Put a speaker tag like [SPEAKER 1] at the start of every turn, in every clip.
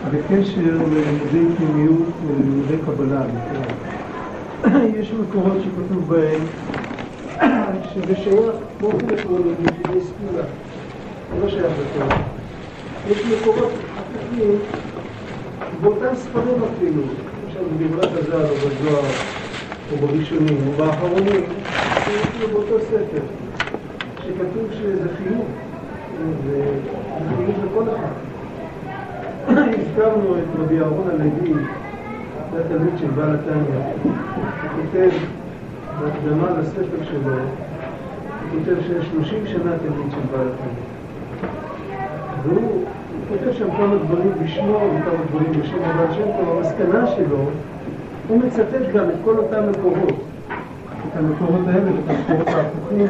[SPEAKER 1] בקשר ללימודי פנימיות ולימודי קבלה, יש מקורות שכתוב בהם שזה שייך באופן עקרוני לימודי סגולה, זה לא שייך לכל. יש מקורות שכתובים באותם ספרים אפילו, למשל בדברת הזוהר או בזוהר או בראשונים או באחרונים, יש באותו ספר שכתוב שזה חינוך, זה חינוך לכל אחד. הזכרנו את רבי אהרון הלוי, זה התלמיד של בעל התניא. הוא כותב בהקדמה לספר שלו, הוא כותב שיש 30 שנה תלמיד של בעל התניא. והוא כותב שם כמה דברים בשמו וכמה דברים בשם הבעל שם טוב. המסקנה שלו, הוא מצטט גם את כל אותם מקורות, את המקורות האלה ואת המקורות ההפוכים.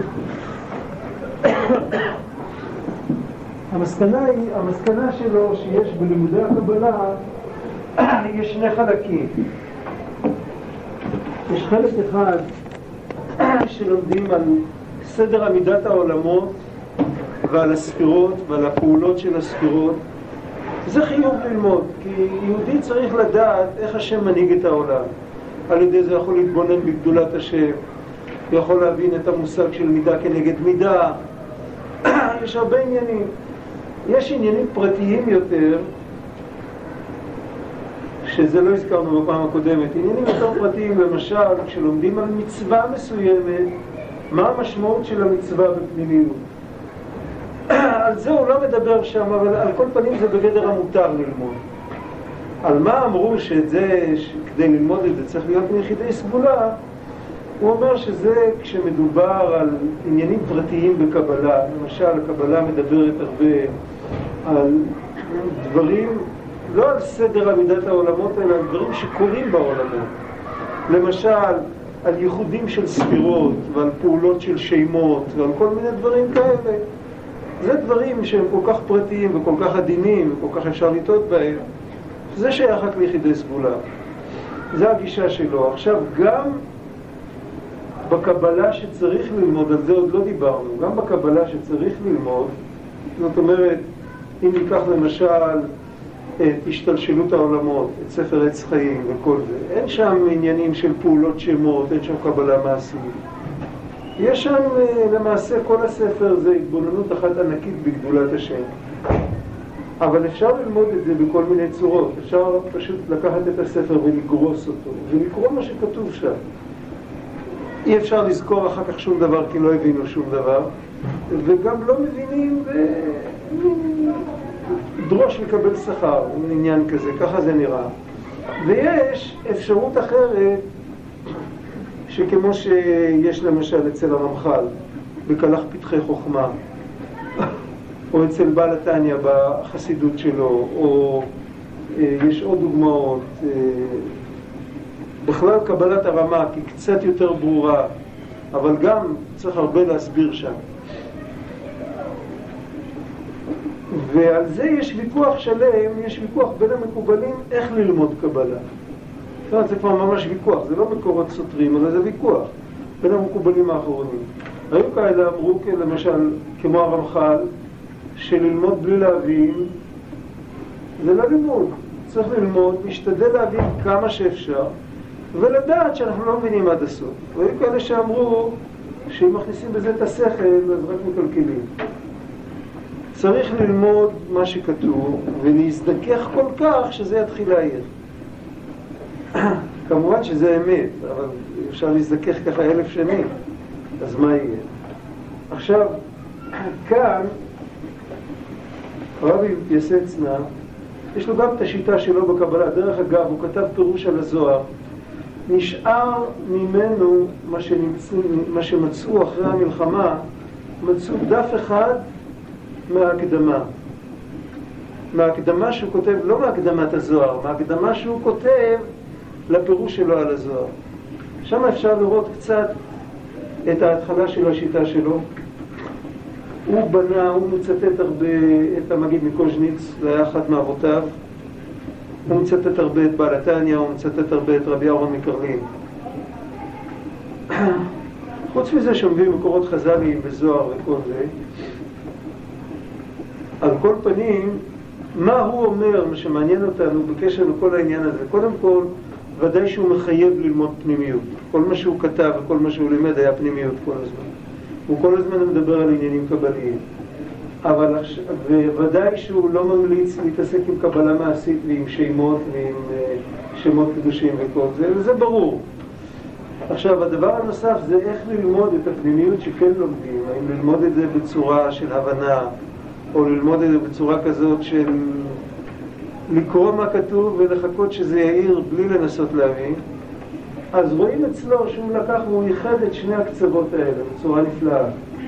[SPEAKER 1] המסקנה שלו שיש בלימודי הקבלה יש שני חלקים. יש חלק אחד שלומדים על סדר עמידת העולמות ועל הספירות ועל הפעולות של הספירות. זה חיוב ללמוד, כי יהודי צריך לדעת איך השם מנהיג את העולם. על ידי זה יכול להתבונן בגדולת השם, יכול להבין את המושג של מידה כנגד מידה. יש הרבה עניינים. יש עניינים פרטיים יותר, שזה לא הזכרנו בפעם הקודמת. עניינים יותר פרטיים, למשל, כשלומדים על מצווה מסוימת, מה המשמעות של המצווה בפנימיות. על זה הוא לא מדבר שם, אבל על כל פנים זה בגדר המותר ללמוד. על מה אמרו שכדי ללמוד את זה צריך להיות מיחידי סגולה, הוא אומר שזה כשמדובר על עניינים פרטיים בקבלה. למשל, הקבלה מדברת הרבה על דברים, לא על סדר עמידת העולמות, אלא על דברים שקורים בעולמות. למשל, על ייחודים של ספירות ועל פעולות של שמות ועל כל מיני דברים כאלה. זה דברים שהם כל כך פרטיים וכל כך עדינים וכל כך אפשר לטעות בהם. זה שייך רק ליחידי סגולה. זה הגישה שלו. עכשיו, גם בקבלה שצריך ללמוד, על זה עוד לא דיברנו, גם בקבלה שצריך ללמוד, זאת אומרת, אם ניקח למשל את השתלשלות העולמות, את ספר עץ חיים וכל זה, אין שם עניינים של פעולות שמות, אין שם קבלה מעשית. יש שם למעשה כל הספר זה התבוננות אחת ענקית בגדולת השם. אבל אפשר ללמוד את זה בכל מיני צורות. אפשר פשוט לקחת את הספר ולגרוס אותו, ולקרוא מה שכתוב שם. אי אפשר לזכור אחר כך שום דבר כי לא הבינו שום דבר, וגם לא מבינים דרוש לקבל שכר, עניין כזה, ככה זה נראה. ויש אפשרות אחרת, שכמו שיש למשל אצל הרמח"ל, בקלח פתחי חוכמה, או אצל בעל התניא בחסידות שלו, או יש עוד דוגמאות, בכלל קבלת הרמה היא קצת יותר ברורה, אבל גם צריך הרבה להסביר שם. ועל זה יש ויכוח שלם, יש ויכוח בין המקובלים איך ללמוד קבלה. זאת אומרת, זה כבר ממש ויכוח, זה לא מקורות סותרים, אבל זה ויכוח בין המקובלים האחרונים. היו כאלה אמרו, למשל, כמו הרמח"ל, שללמוד בלי להבין, זה לא לימוד. צריך ללמוד, להשתדל להבין כמה שאפשר, ולדעת שאנחנו לא מבינים עד הסוף. והיו כאלה שאמרו שאם מכניסים בזה את השכל, אז רק מקלקלים. צריך ללמוד מה שכתוב, ולהזדכך כל כך שזה יתחיל להעיר. כמובן שזה אמת, אבל אפשר להזדכך ככה 1000 שנים, אז מה יהיה? עכשיו, כאן, רבי יסצנה, יש לו גם את השיטה שלו בקבלה. דרך אגב, הוא כתב פירוש על הזוהר. נשאר ממנו מה שמצאו אחרי המלחמה, מצאו דף אחד מההקדמה. מההקדמה שהוא כותב, לא מהקדמת הזוהר, מההקדמה שהוא כותב לפירוש שלו על הזוהר. שם אפשר לראות קצת את ההתחלה של השיטה שלו. הוא בנה, הוא מצטט הרבה את המגיד מקוז'ניץ, זה היה אחד מאבותיו. הוא מצטט הרבה את בעל התניא, הוא מצטט הרבה את רבי אהרון מקרלין. חוץ מזה שמביאים מקורות חז"ליים בזוהר וכל זה, על כל פנים, מה הוא אומר, מה שמעניין אותנו בקשר לכל העניין הזה? קודם כל, ודאי שהוא מחייב ללמוד פנימיות. כל מה שהוא כתב וכל מה שהוא לימד היה פנימיות כל הזמן. הוא כל הזמן מדבר על עניינים קבליים. אבל ודאי שהוא לא ממליץ להתעסק עם קבלה מעשית ועם שמות ועם שמות קדושים וכל זה, וזה ברור. עכשיו, הדבר הנוסף זה איך ללמוד את הפנימיות שכן לומדים, האם ללמוד את זה בצורה של הבנה, או ללמוד את זה בצורה כזאת של לקרוא מה כתוב ולחכות שזה יאיר בלי לנסות להבין. אז רואים אצלו שהוא לקח והוא ייחד את שני הקצוות האלה בצורה נפלאה.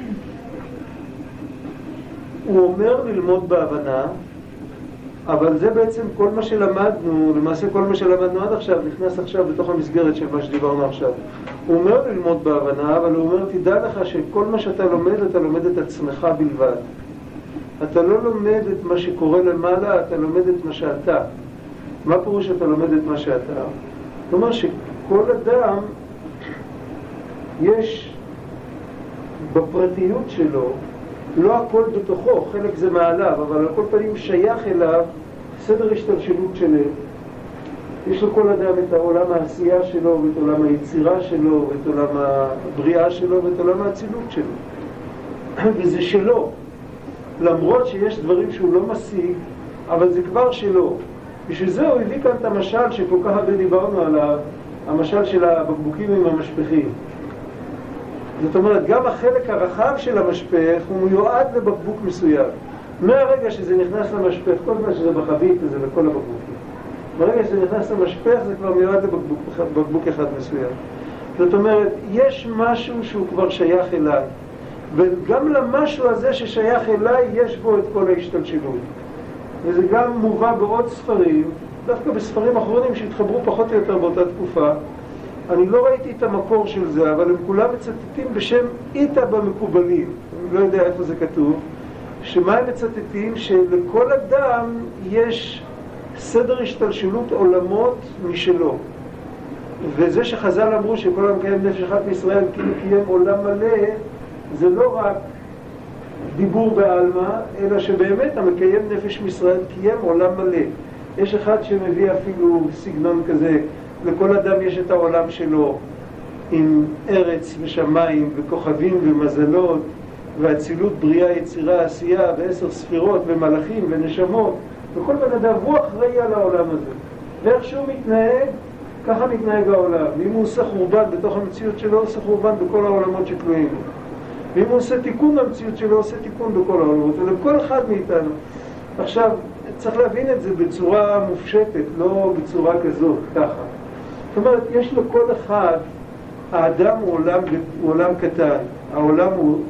[SPEAKER 1] הוא אומר ללמוד בהבנה, אבל זה בעצם כל מה שלמדנו, למעשה כל מה שלמדנו עד עכשיו, נכנס עכשיו בתוך המסגרת של מה שדיברנו עכשיו. הוא אומר ללמוד בהבנה, אבל הוא אומר, תדע לך שכל מה שאתה לומד, אתה לומד את עצמך בלבד. אתה לא לומד את מה שקורה למעלה, אתה לומד את מה שאתה. מה פירוש שאתה לומד את מה שאתה? זאת אומרת שכל אדם יש בפרטיות שלו, לא הכל בתוכו, חלק זה מעליו, אבל על כל פנים שייך אליו סדר השתלשלות שלו. יש לכל אדם את העולם העשייה שלו, ואת עולם היצירה שלו, ואת עולם הבריאה שלו, ואת עולם האצילות שלו. וזה שלו. למרות שיש דברים שהוא לא משיג, אבל זה כבר שלו. בשביל זה הוא הביא כאן את המשל שכל כך הרבה דיברנו עליו, המשל של הבקבוקים עם המשפחים. זאת אומרת, גם החלק הרחב של המשפך הוא מיועד לבקבוק מסוים. מהרגע שזה נכנס למשפך, כל מה שזה בחבית וזה לכל הבקבוקים. ברגע שזה נכנס למשפך זה כבר מיועד לבקבוק אחד מסוים. זאת אומרת, יש משהו שהוא כבר שייך אליי. וגם למשהו הזה ששייך אליי יש בו את כל ההשתלשלות. וזה גם מובא בעוד ספרים, דווקא בספרים אחרונים שהתחברו פחות או יותר באותה תקופה. אני לא ראיתי את המקור של זה, אבל הם כולם מצטטים בשם איתה במקובלים. אני לא יודע איפה זה כתוב. שמה הם מצטטים? שלכל אדם יש סדר השתלשלות עולמות משלו. וזה שחז"ל אמרו שכל העם קיים נפש אחת מישראל כאילו קיים עולם מלא, זה לא רק דיבור בעלמא, אלא שבאמת המקיים נפש מישראל קיים עולם מלא. יש אחד שמביא אפילו סגנון כזה, לכל אדם יש את העולם שלו, עם ארץ ושמיים וכוכבים ומזלות, והצילות, בריאה, יצירה, עשייה, ו10 ספירות ומלאכים ונשמות, וכל בן אדם הוא אחראי על העולם הזה. ואיך שהוא מתנהג, ככה מתנהג העולם. ואם הוא עושה חורבן בתוך המציאות שלו, עושה חורבן בכל העולמות שתלויים בו. ואם הוא עושה תיקון במציאות שלו, עושה תיקון בכל העולמות, ולכל אחד מאיתנו. עכשיו, צריך להבין את זה בצורה מופשטת, לא בצורה כזאת, ככה. זאת אומרת, יש לו כל אחד, האדם הוא עולם קטן, העולם הוא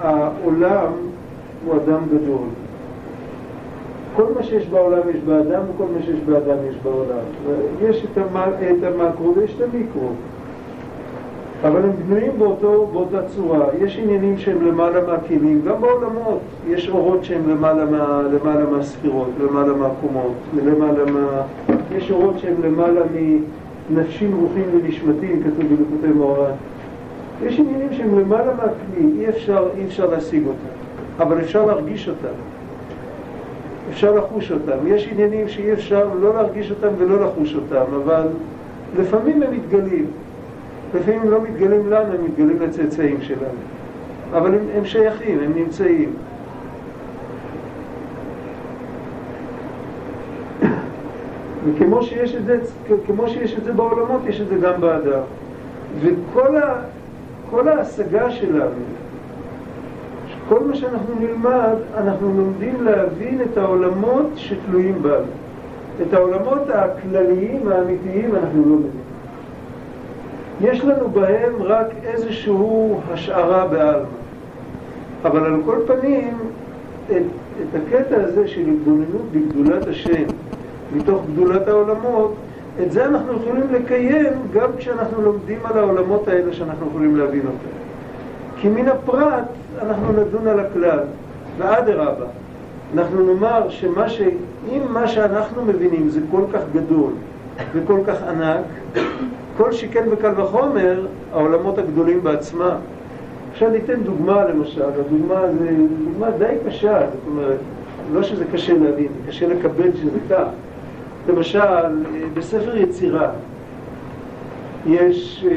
[SPEAKER 1] אדם גדול. כל מה שיש בעולם יש באדם, וכל מה שיש באדם יש בעולם. יש את המקרו ויש את המיקרו. אבל הם בנויים באותה צורה. יש עניינים שהם למעלה מהכלים, גם בעולמות. יש אורות שהם למעלה מהספירות, למעלה מהקומות, יש אורות שהם למעלה מנפשים, רוחים ונשמתים, כתוב בליקוטי מוהר"ן. יש עניינים שהם למעלה מהכלי, אי אפשר להשיג אותם, אבל אפשר להרגיש אותם. אפשר לחוש אותם. יש עניינים שאי אפשר לא להרגיש אותם ולא לחוש אותם, אבל לפעמים הם מתגלים. לפעמים הם לא מתגלים לנו, הם מתגלים לצאצאים שלנו. אבל הם שייכים, הם נמצאים. וכמו שיש את זה בעולמות, יש את זה גם באדם. וכל ההשגה שלנו, כל מה שאנחנו נלמד, אנחנו לומדים להבין את העולמות שתלויים בנו. את העולמות הכלליים, האמיתיים, אנחנו לא מבינים. יש לנו בהם רק איזשהו השערה בעלמא. אבל על כל פנים, את הקטע הזה של התבוננות בגדולת השם, מתוך גדולת העולמות, את זה אנחנו יכולים לקיים גם כשאנחנו לומדים על העולמות האלה שאנחנו יכולים להבין אותם. כי מן הפרט אנחנו נדון על הכלל, ואדרבה, אנחנו נאמר שאם מה שאנחנו מבינים זה כל כך גדול וכל כך ענק, כל שכן וקל וחומר, העולמות הגדולים בעצמם. עכשיו ניתן דוגמה למשל, הדוגמה זה דוגמה די קשה, זאת אומרת, לא שזה קשה להבין, זה קשה לקבל שזה כך. למשל, בספר יצירה יש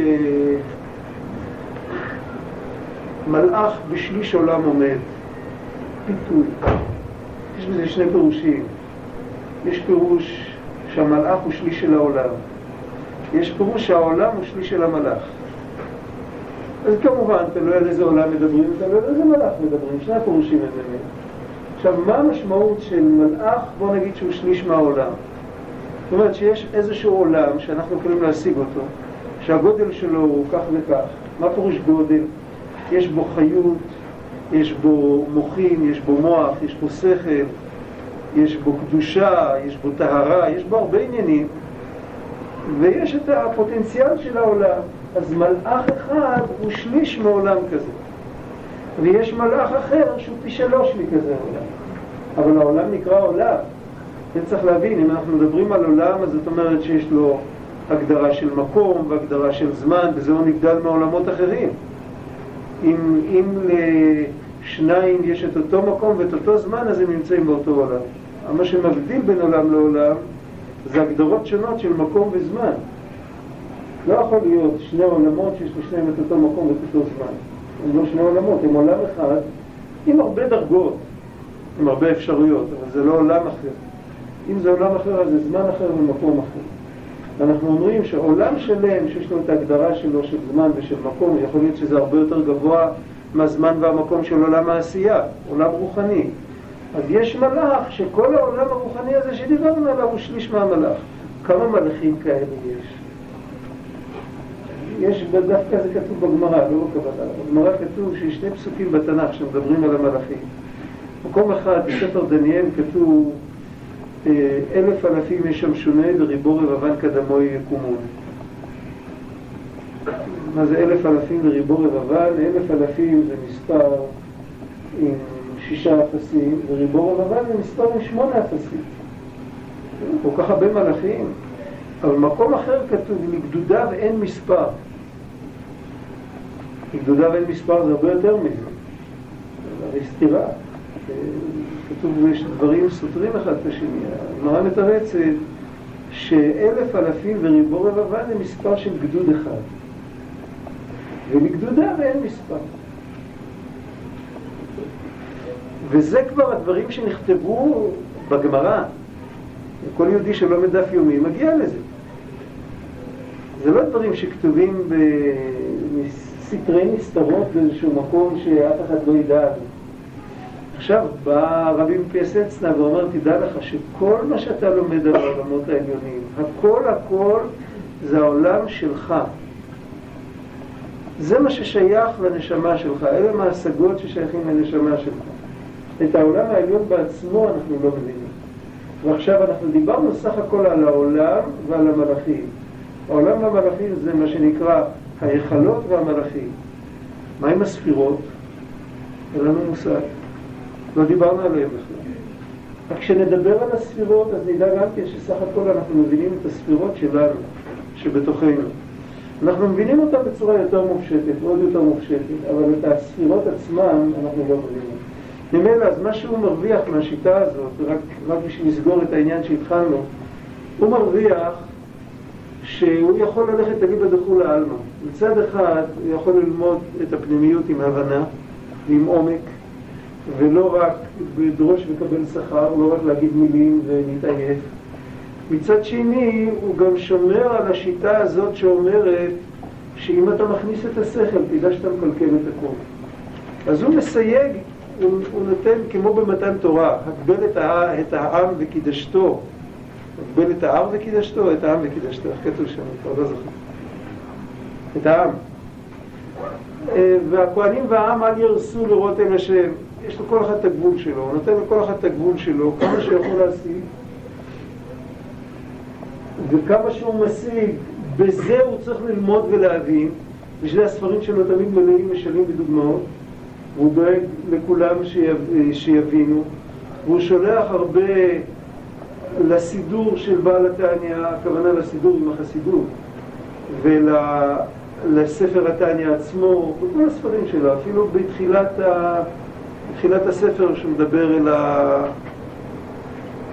[SPEAKER 1] מלאך בשליש עולם עומד, פיתוי. יש בזה שני פירושים. יש פירוש שהמלאך הוא שליש של העולם. יש פירוש שהעולם הוא שליש של המלאך. אז כמובן, תלוי על איזה עולם מדברים, תלוי על איזה מלאך מדברים, שני הפירושים הם באמת. עכשיו, מה המשמעות של מלאך? בוא נגיד שהוא שליש מהעולם. זאת אומרת שיש איזשהו עולם שאנחנו יכולים להשיג אותו, שהגודל שלו הוא כך וכך. מה פירוש גודל? יש בו חיות, יש בו מוחין, יש בו מוח, יש בו שכל, יש בו קדושה, יש בו טהרה, יש בו הרבה עניינים, ויש את הפוטנציאל של העולם. אז מלאך אחד הוא שליש מעולם כזה, ויש מלאך אחר שהוא פי 3 מכזה עולם. אבל העולם נקרא עולם. זה צריך להבין, אם אנחנו מדברים על עולם, אז זאת אומרת שיש לו הגדרה של מקום והגדרה של זמן, וזה לא נבדל מעולמות אחרים. אם לשניים יש את אותו מקום ואת אותו זמן, אז הם נמצאים באותו עולם. מה שמבדיל בין עולם לעולם זה הגדרות שונות של מקום וזמן. לא יכול להיות שני עולמות שיש לשניהם את אותו מקום ואת אותו זמן. הם לא שני עולמות, הם עולם אחד עם הרבה דרגות, עם הרבה אפשרויות, אבל זה לא עולם אחר. אם זה עולם אחר, אז זה זמן אחר ומקום אחר. אנחנו אומרים שעולם שלם שיש לו את ההגדרה שלו של זמן ושל מקום, יכול להיות שזה הרבה יותר גבוה מהזמן והמקום של עולם העשייה, עולם רוחני. אז יש מלאך שכל העולם הרוחני הזה שדיברנו עליו הוא שליש מהמלאך. כמה מלאכים כאלה יש? יש דווקא זה כתוב בגמרא, לא בקבלה. בגמרא כתוב שיש שני פסוקים בתנ"ך שמדברים על המלאכים. מקום אחד, בספר דניאל, כתוב 1,000 אלפים ישמשונה וריבו רבבן קדמוי יקומון. מה זה 1,000 אלפים וריבו רבבן? 1,000 אלפים זה מספר עם 6 אפסים, וריבו רבבן זה מספר עם 8 אפסים. כל כך הרבה מלאכים. אבל במקום אחר כתוב, לגדודיו אין מספר. לגדודיו אין מספר זה הרבה יותר מזה. זה הרי סתירה. כתוב דברים סותרים אחד את השני. הגמרא מתרצת ש1,000 אלפים וריבו רבבן זה מספר של גדוד אחד. ולגדודיו אין מספר. וזה כבר הדברים שנכתבו בגמרא. כל יהודי שלא מדף יומי מגיע לזה. זה לא דברים שכתובים בספרי נסתרות באיזשהו מקום שאף אחד לא ידע. עכשיו בא רבי מפיאסצנה ואומר, תדע לך שכל מה שאתה לומד על העולמות העליונים, הכל זה העולם שלך. זה מה ששייך לנשמה שלך, אלה מההשגות ששייכים לנשמה שלך. את העולם העליון בעצמו אנחנו לא מבינים. ועכשיו אנחנו דיברנו סך הכל על העולם ועל המלאכים. העולם והמלאכים זה מה שנקרא היכלות והמלאכים. מה עם הספירות? אין לנו מושג. לא דיברנו עליהם בכלל. רק כשנדבר על הספירות, אז נדע גם כן שסך הכל אנחנו מבינים את הספירות שלנו, שבתוכנו. אנחנו מבינים אותם בצורה יותר מופשטת, מאוד יותר מופשטת, אבל את הספירות עצמם אנחנו לא מבינים. ממילא, אז מה שהוא מרוויח מהשיטה הזאת, רק בשביל לסגור את העניין שהתחלנו, הוא מרוויח שהוא יכול ללכת תגיד בדחול העלמא. מצד אחד הוא יכול ללמוד את הפנימיות עם הבנה ועם עומק, ולא רק בדרוש וקבל שכר, לא רק להגיד מילים ולהתעייף. מצד שני הוא גם שומר על השיטה הזאת שאומרת שאם אתה מכניס את השכל תדע שאתה מקלקל את הכל. אז הוא מסייג, הוא נותן כמו במתן תורה, הגבל את העם וקידשתו. הגבל את העם וקידשתו, את העם וקידשתו. איך כתוב שם? כבר לא זוכר. את העם. והכהנים והעם אל ירסו לראות אל השם. יש לו כל אחד את הגבול שלו, הוא נותן לכל אחד את הגבול שלו, כמה שיכול להשיג. וכמה שהוא משיג, בזה הוא צריך ללמוד ולהבין. בשביל הספרים שלו תמיד מלאים משלים בדוגמאות. הוא דואג לכולם שיבינו. והוא שולח הרבה לסידור של בעל התניא, הכוונה לסידור עם החסידות, ולספר התניא עצמו, וכל הספרים שלו, אפילו בתחילת הספר שמדבר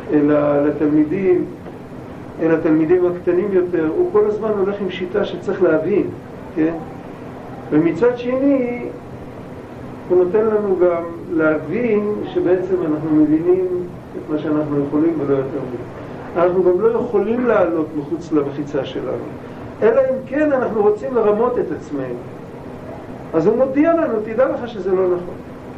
[SPEAKER 1] אל התלמידים הקטנים יותר, הוא כל הזמן הולך עם שיטה שצריך להבין, כן? ומצד שני, הוא נותן לנו גם להבין שבעצם אנחנו מבינים את מה שאנחנו יכולים ולא יותר מזה. אנחנו גם לא יכולים לעלות מחוץ למחיצה שלנו, אלא אם כן אנחנו רוצים לרמות את עצמנו. אז הוא מודיע לנו, תדע לך שזה לא נכון.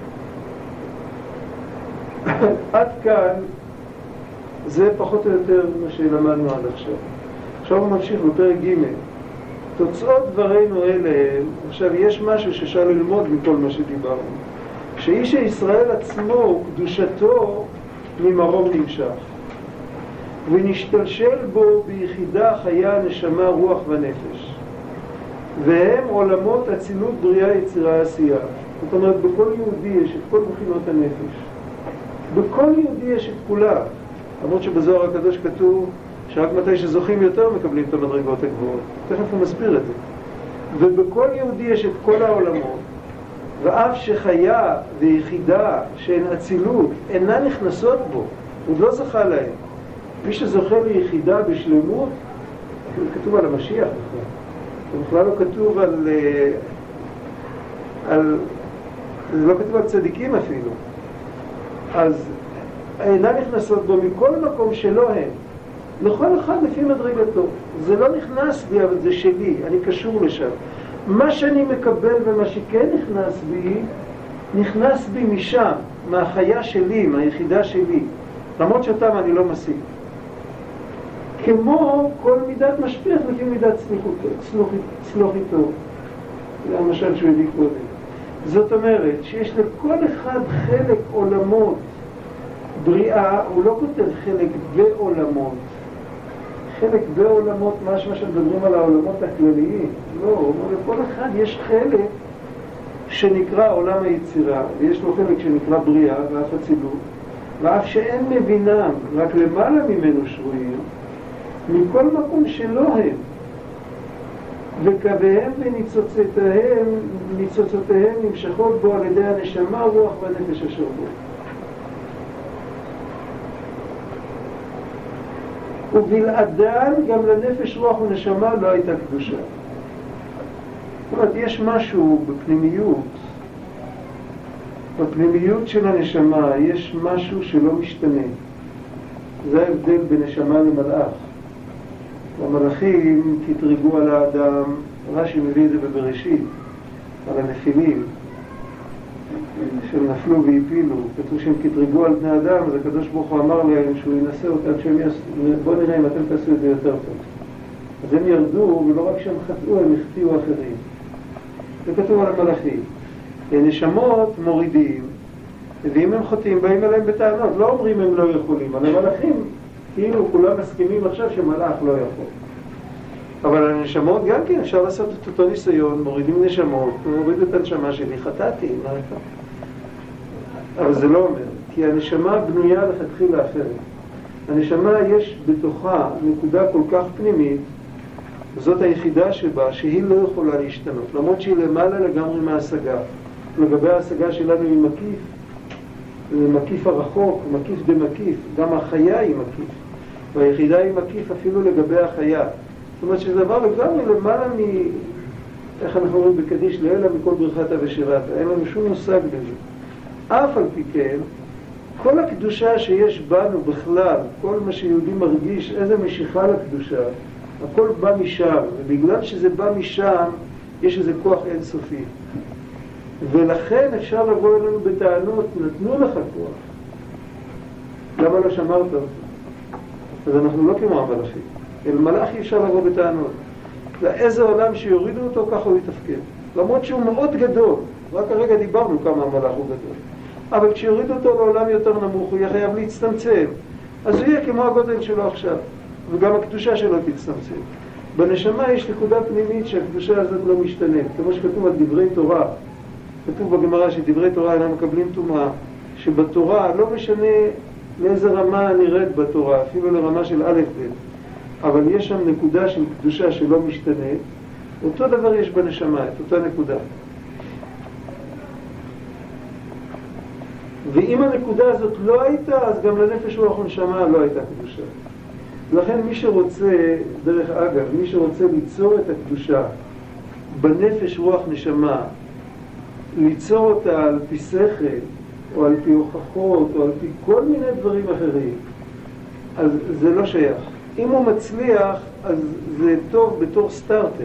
[SPEAKER 1] עד כאן זה פחות או יותר מה שלמדנו עד עכשיו. עכשיו הוא ממשיך בפרק ג'. תוצאות דברינו אלה, עכשיו יש משהו ששאל ללמוד מכל מה שדיברנו. שאיש הישראל עצמו, קדושתו ממרום נמשך, ונשתלשל בו ביחידה חיה, נשמה, רוח ונפש. והם עולמות אצילות, בריאה, יצירה, עשייה. זאת אומרת, בכל יהודי יש את כל בחינות הנפש. בכל יהודי יש את כולה. למרות שבזוהר הקדוש כתוב שרק מתי שזוכים יותר מקבלים את המדרגות הגבוהות. תכף הוא מסביר את זה. ובכל יהודי יש את כל העולמות, ואף שחיה ויחידה שהן אצילות אינן נכנסות בו, הוא לא זכה להם. מי שזוכה ליחידה בשלמות, כתוב על המשיח בכלל. זה בכלל לא כתוב זה לא כתוב על צדיקים אפילו. אז אינן נכנסות בו מכל מקום שלא הם. לכל אחד לפי מדרגתו. זה לא נכנס בי, אבל זה שלי, אני קשור לשם. מה שאני מקבל ומה שכן נכנס בי משם, מהחיה שלי, מהיחידה שלי. למרות שאותם אני לא משיג. כמו כל מידת משפיח לפי מידת צלוחיתו. זה המשל שהוא הביא קודם. זאת אומרת שיש לכל אחד חלק עולמות בריאה, הוא לא כותב חלק בעולמות. חלק בעולמות, משמע שמדברים על העולמות הכלליים. לא, הוא אומר, לכל אחד יש חלק שנקרא עולם היצירה, ויש לו חלק שנקרא בריאה ואף אצילות, ואף שאין מבינם, רק למעלה ממנו שרויים, מכל מקום שלא הם. וקוויהם וניצוצותיהם נמשכות בו על ידי הנשמה, רוח והנפש אשר בו. ובלעדן גם לנפש, רוח ונשמה לא הייתה קדושה. זאת אומרת, יש משהו בפנימיות של הנשמה, יש משהו שלא משתנה. זה ההבדל בין נשמה למלאך. המלאכים תתרגו על האדם, רש"י מביא את זה בבראשית, על הנפילים שנפלו והפילו, כתוב שהם תתרגו על בני אדם, אז הקדוש ברוך הוא אמר להם שהוא ינסה אותם, בוא נראה אם אתם תעשו את זה יותר טוב. אז הם ירדו, ולא רק שהם חטאו, הם החטיאו אחרים. זה כתוב על המלאכים. נשמות מורידים, ואם הם חוטאים, באים אליהם בטענות, לא אומרים הם לא יכולים, על המלאכים כאילו כולם מסכימים עכשיו שמלאך לא יכול. אבל הנשמות גם כן אפשר לעשות את אותו ניסיון, מורידים נשמות, מוריד את הנשמה שלי, חטאתי, מה איפה? אבל זה לא אומר, כי הנשמה בנויה לכתחילה אחרת. הנשמה יש בתוכה נקודה כל כך פנימית, וזאת היחידה שבה, שהיא לא יכולה להשתנות, למרות שהיא למעלה לגמרי מההשגה. לגבי ההשגה שלנו היא מקיף, מקיף הרחוק, מקיף דמקיף, גם החיה היא מקיף, והיחידה היא מקיף אפילו לגבי החיה. זאת אומרת שזה דבר לגמרי למעלה איך אנחנו רואים בקדיש, לאלה מכל ברכתה ושירתה, אין לנו שום מושג בזה. אף על פי כן, כל הקדושה שיש בנו בכלל, כל מה שיהודי מרגיש, איזה משיכה לקדושה, הכל בא משם, ובגלל שזה בא משם, יש איזה כוח אינסופי. ולכן אפשר לבוא אלינו בטענות, נתנו לך כוח. למה לא שמרת אותו? אז אנחנו לא כמו המלאכים. אל מלאך אי אפשר לבוא בטענות. לאיזה עולם שיורידו אותו, ככה הוא יתפקד. למרות שהוא מאוד גדול. רק הרגע דיברנו כמה המלאך הוא גדול. אבל כשיורידו אותו לעולם יותר נמוך, הוא יהיה חייב להצטמצם. אז הוא יהיה כמו הגודל שלו עכשיו. וגם הקדושה שלו תצטמצם. בנשמה יש נקודה פנימית שהקדושה הזאת לא משתנה. כמו שכתוב על דברי תורה. כתוב בגמרא שדברי תורה אינם מקבלים טומאה. שבתורה לא משנה לאיזה רמה נראית בתורה, אפילו לרמה של א' ב'. אבל יש שם נקודה של קדושה שלא משתנה. אותו דבר יש בנשמה, את אותה נקודה. ואם הנקודה הזאת לא הייתה, אז גם לנפש רוח ונשמה לא הייתה קדושה. לכן מי שרוצה, דרך אגב, מי שרוצה ליצור את הקדושה בנפש רוח נשמה, ליצור אותה על פי שכל, או על פי הוכחות, או על פי כל מיני דברים אחרים, אז זה לא שייך. אם הוא מצליח, אז זה טוב בתור סטארטר.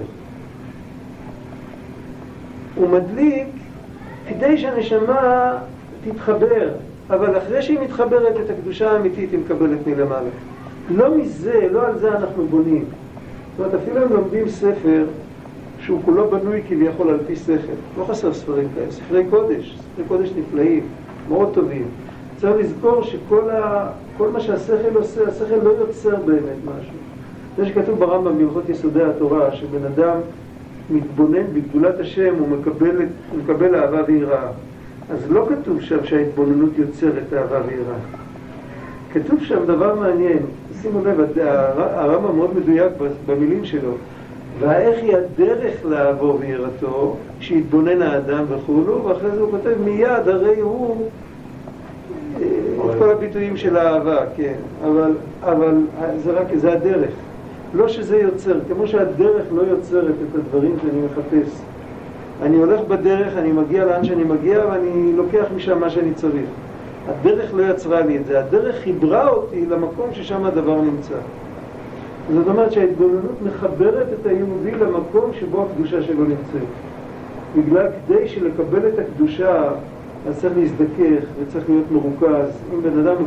[SPEAKER 1] הוא מדליק כדי שהנשמה תתחבר, אבל אחרי שהיא מתחברת את הקדושה האמיתית היא מקבלת מלמעלה. לא מזה, לא על זה אנחנו בונים. זאת אומרת, אפילו הם לומדים ספר שהוא כולו בנוי כביכול על פי שכל. לא חסר ספרים כאלה, ספרי קודש נפלאים, מאוד טובים. צריך לזכור שכל מה שהשכל עושה, השכל לא יוצר באמת משהו. זה שכתוב ברמב"ם בהלכות יסודי התורה, שבן אדם מתבונן בגדולת השם, הוא מקבל אהבה ויראה. אז לא כתוב שם שההתבוננות יוצרת אהבה ויראה. כתוב שם דבר מעניין, שימו לב, הרמב"ם מאוד מדויק במילים שלו. והאיך היא הדרך לעבור ויראתו, שהתבונן האדם וכולו, ואחרי זה הוא כותב מיד, הרי הוא את כל הביטויים של האהבה, כן. אבל זה הדרך. לא שזה יוצר, כמו שהדרך לא יוצרת את הדברים שאני מחפש. אני הולך בדרך, אני מגיע לאן שאני מגיע, ואני לוקח משם מה שאני צריך. הדרך לא יצרה לי את זה, הדרך חיברה אותי למקום ששם הדבר נמצא. זאת אומרת שההתבוננות מחברת את היהודי למקום שבו הקדושה שלו נמצאת. בגלל כדי שלקבל את הקדושה, אז צריך להזדכך וצריך להיות מרוכז. אם בן אדם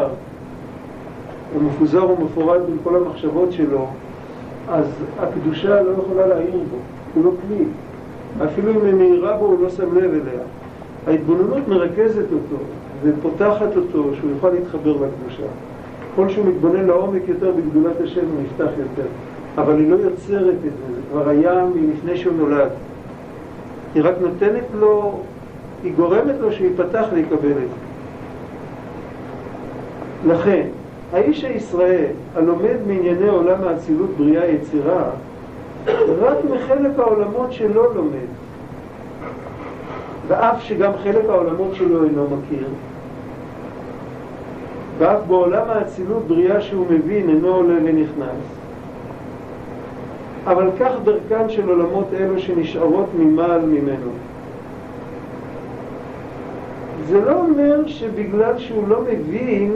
[SPEAKER 1] מפוזר ומפורד בין כל המחשבות שלו, אז הקדושה לא יכולה להעיר בו, הוא לא כלי. אפילו אם היא מהירה בו, הוא לא שם לב אליה. ההתבוננות מרכזת אותו ופותחת אותו שהוא יוכל להתחבר לקדושה. כל שהוא מתבונן לעומק יותר בגדולת השם הוא נפתח יותר. אבל היא לא יוצרת את זה, זה כבר היה מלפני שהוא נולד. היא רק נותנת לו, היא גורמת לו שיפתח להיקבל את זה. לכן, האיש הישראל הלומד מענייני עולם האצילות בריאה יצירה, רק מחלק העולמות שלא לומד, ואף שגם חלק העולמות שלו אינו מכיר, ואף בעולם האצילות בריאה שהוא מבין אינו עולה ונכנס. אבל כך דרכן של עולמות אלו שנשארות ממעל ממנו. זה לא אומר שבגלל שהוא לא מבין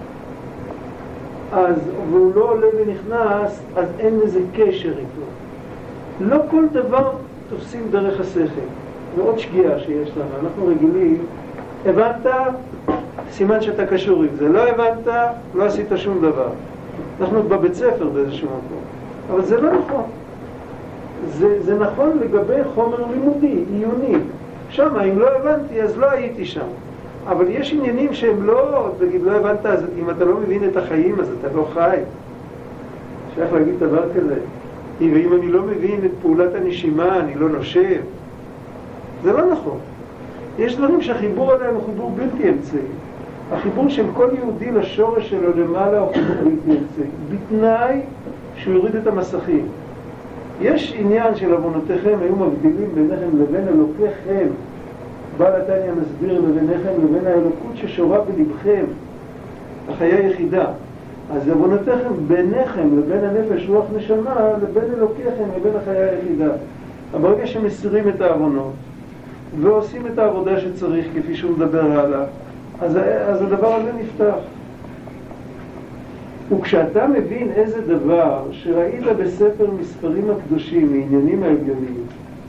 [SPEAKER 1] והוא לא עולה ונכנס, אז אין לזה קשר איתו. לא כל דבר תופסים דרך השכל. ועוד שגיאה שיש לנו. אנחנו רגילים, הבנת? סימן שאתה קשור עם זה. לא הבנת? לא עשית שום דבר. אנחנו בבית ספר באיזשהו מקום. אבל זה לא נכון. זה נכון לגבי חומר לימודי, עיוני. שם, אם לא הבנתי, אז לא הייתי שם. אבל יש עניינים שהם לא, תגיד, לא הבנת, אז אם אתה לא מבין את החיים, אז אתה לא חי. שייך להגיד דבר כזה. ואם אני לא מבין את פעולת הנשימה, אני לא נושב. זה לא נכון. יש דברים שהחיבור עליהם הוא חיבור בלתי אמצעי. החיבור של כל יהודי לשורש שלו למעלה הוא חיבור בלתי אמצעי. בתנאי שהוא יוריד את המסכים. יש עניין של עוונותיכם, היו מבדילים ביניכם לבין אלוקיכם. בעל התניא מסביר לביניכם לבין האלוקות ששורה בלבכם, החיה היחידה. אז עוונותיכם ביניכם לבין הנפש רוח נשמה, לבין אלוקיכם לבין החיה היחידה. אבל ברגע שמסירים את העוונות ועושים את העבודה שצריך כפי שהוא מדבר הלאה, אז הדבר הזה נפתח. וכשאתה מבין איזה דבר שראית בספר מספרים הקדושים, מעניינים העליונים,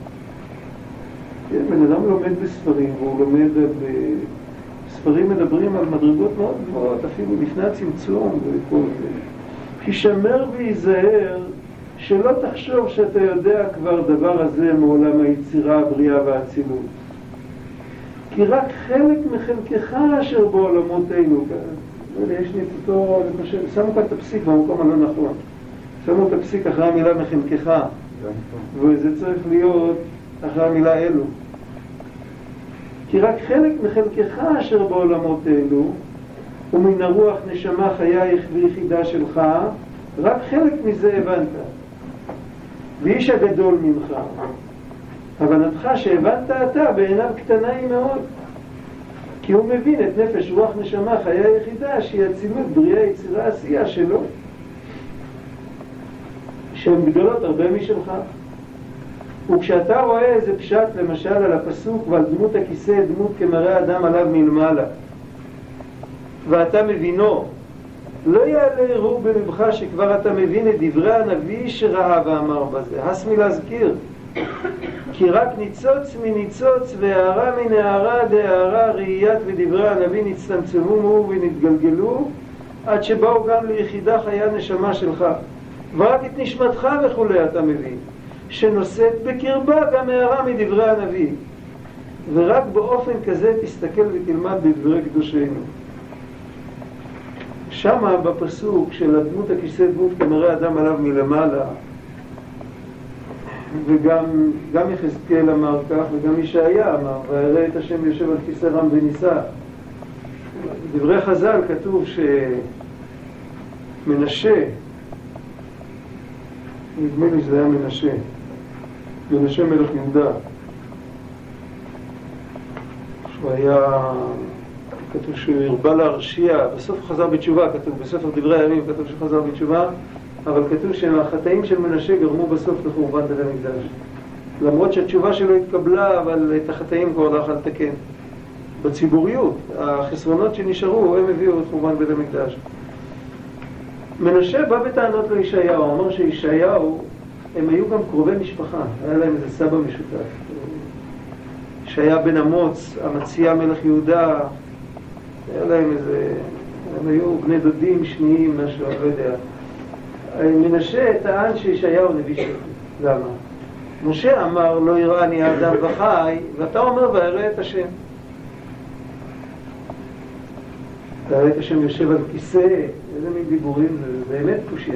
[SPEAKER 1] בן אדם לומד בספרים, והוא לומד בספרים מדברים על מדרגות מאוד גבוהות, אפילו לפני הצמצום וכל זה. הישמר ויזהר שלא תחשוב שאתה יודע כבר דבר הזה מעולם היצירה, הבריאה והאצילות. כי רק חלק מחלקך אשר בעולמות אלו, יש לי את אותו, אני חושב, שמו כאן את הפסיק במקום הלא נכון. שמו את הפסיק אחרי המילה מחלקך, וזה צריך להיות אחרי המילה אלו. כי רק חלק מחלקך אשר בעולמות אלו, ומן הרוח נשמה חיה ויחידה שלך, רק חלק מזה הבנת. ואיש הגדול ממך, הבנתך שהבנת אתה בעיניו קטנה היא מאוד. כי הוא מבין את נפש רוח נשמה חיה יחידה שהיא אצילות בריאה יצירה עשייה שלו, שהן גדולות הרבה משלך. וכשאתה רואה איזה פשט למשל על הפסוק ועל דמות הכיסא דמות כמראה אדם עליו מלמעלה, ואתה מבינו, לא יעלה הרהור בלבך שכבר אתה מבין את דברי הנביא שראה ואמר בזה. הסמי להזכיר, כי רק ניצוץ מניצוץ והערה מן הערה דהערה ראיית ודברי הנביא נצטמצמו ונתגלגלו עד שבאו גם ליחידה חיה נשמה שלך, ורק את נשמתך וכולי אתה מבין שנושאת בקרבה גם הערה מדברי הנביא, ורק באופן כזה תסתכל ותלמד בדברי קדושנו. שמה בפסוק של הדמות הכיסא דמות כמראה אדם עליו מלמעלה, וגם יחזקאל אמר כך וגם ישעיה אמר וירא את השם יושב על כיסא רם ונישא. דברי חז"ל כתוב שמנשה, נדמה לי שזה היה מנשה מלך יהודה, שהוא היה, כתוב שהוא הרבה להרשיע, בסוף חזר בתשובה, כתוב בספר דברי הימים כתוב שחזר בתשובה, אבל כתוב שהחטאים של מנשה גרמו בסוף לחורבן בית המקדש, למרות שהתשובה שלו התקבלה, אבל את החטאים כבר לא יכול לתקן. בציבוריות, החסרונות שנשארו הם הביאו את חורבן בית המקדש. מנשה בא בטענות לישעיהו, הוא אמר שישעיהו הם היו גם קרובי משפחה, היה להם איזה סבא משותף, שהיה בן אמוץ, המציע מלך יהודה, היה להם איזה, הם היו בני דודים שניים, משהו, לא יודע. מנשה טען שישעיהו נביא שקר. למה? משה אמר לא יראני האדם וחי, ואתה אומר וירא את השם. וירא את השם יושב על כיסא, איזה מין דיבורים, זה באמת קושיה.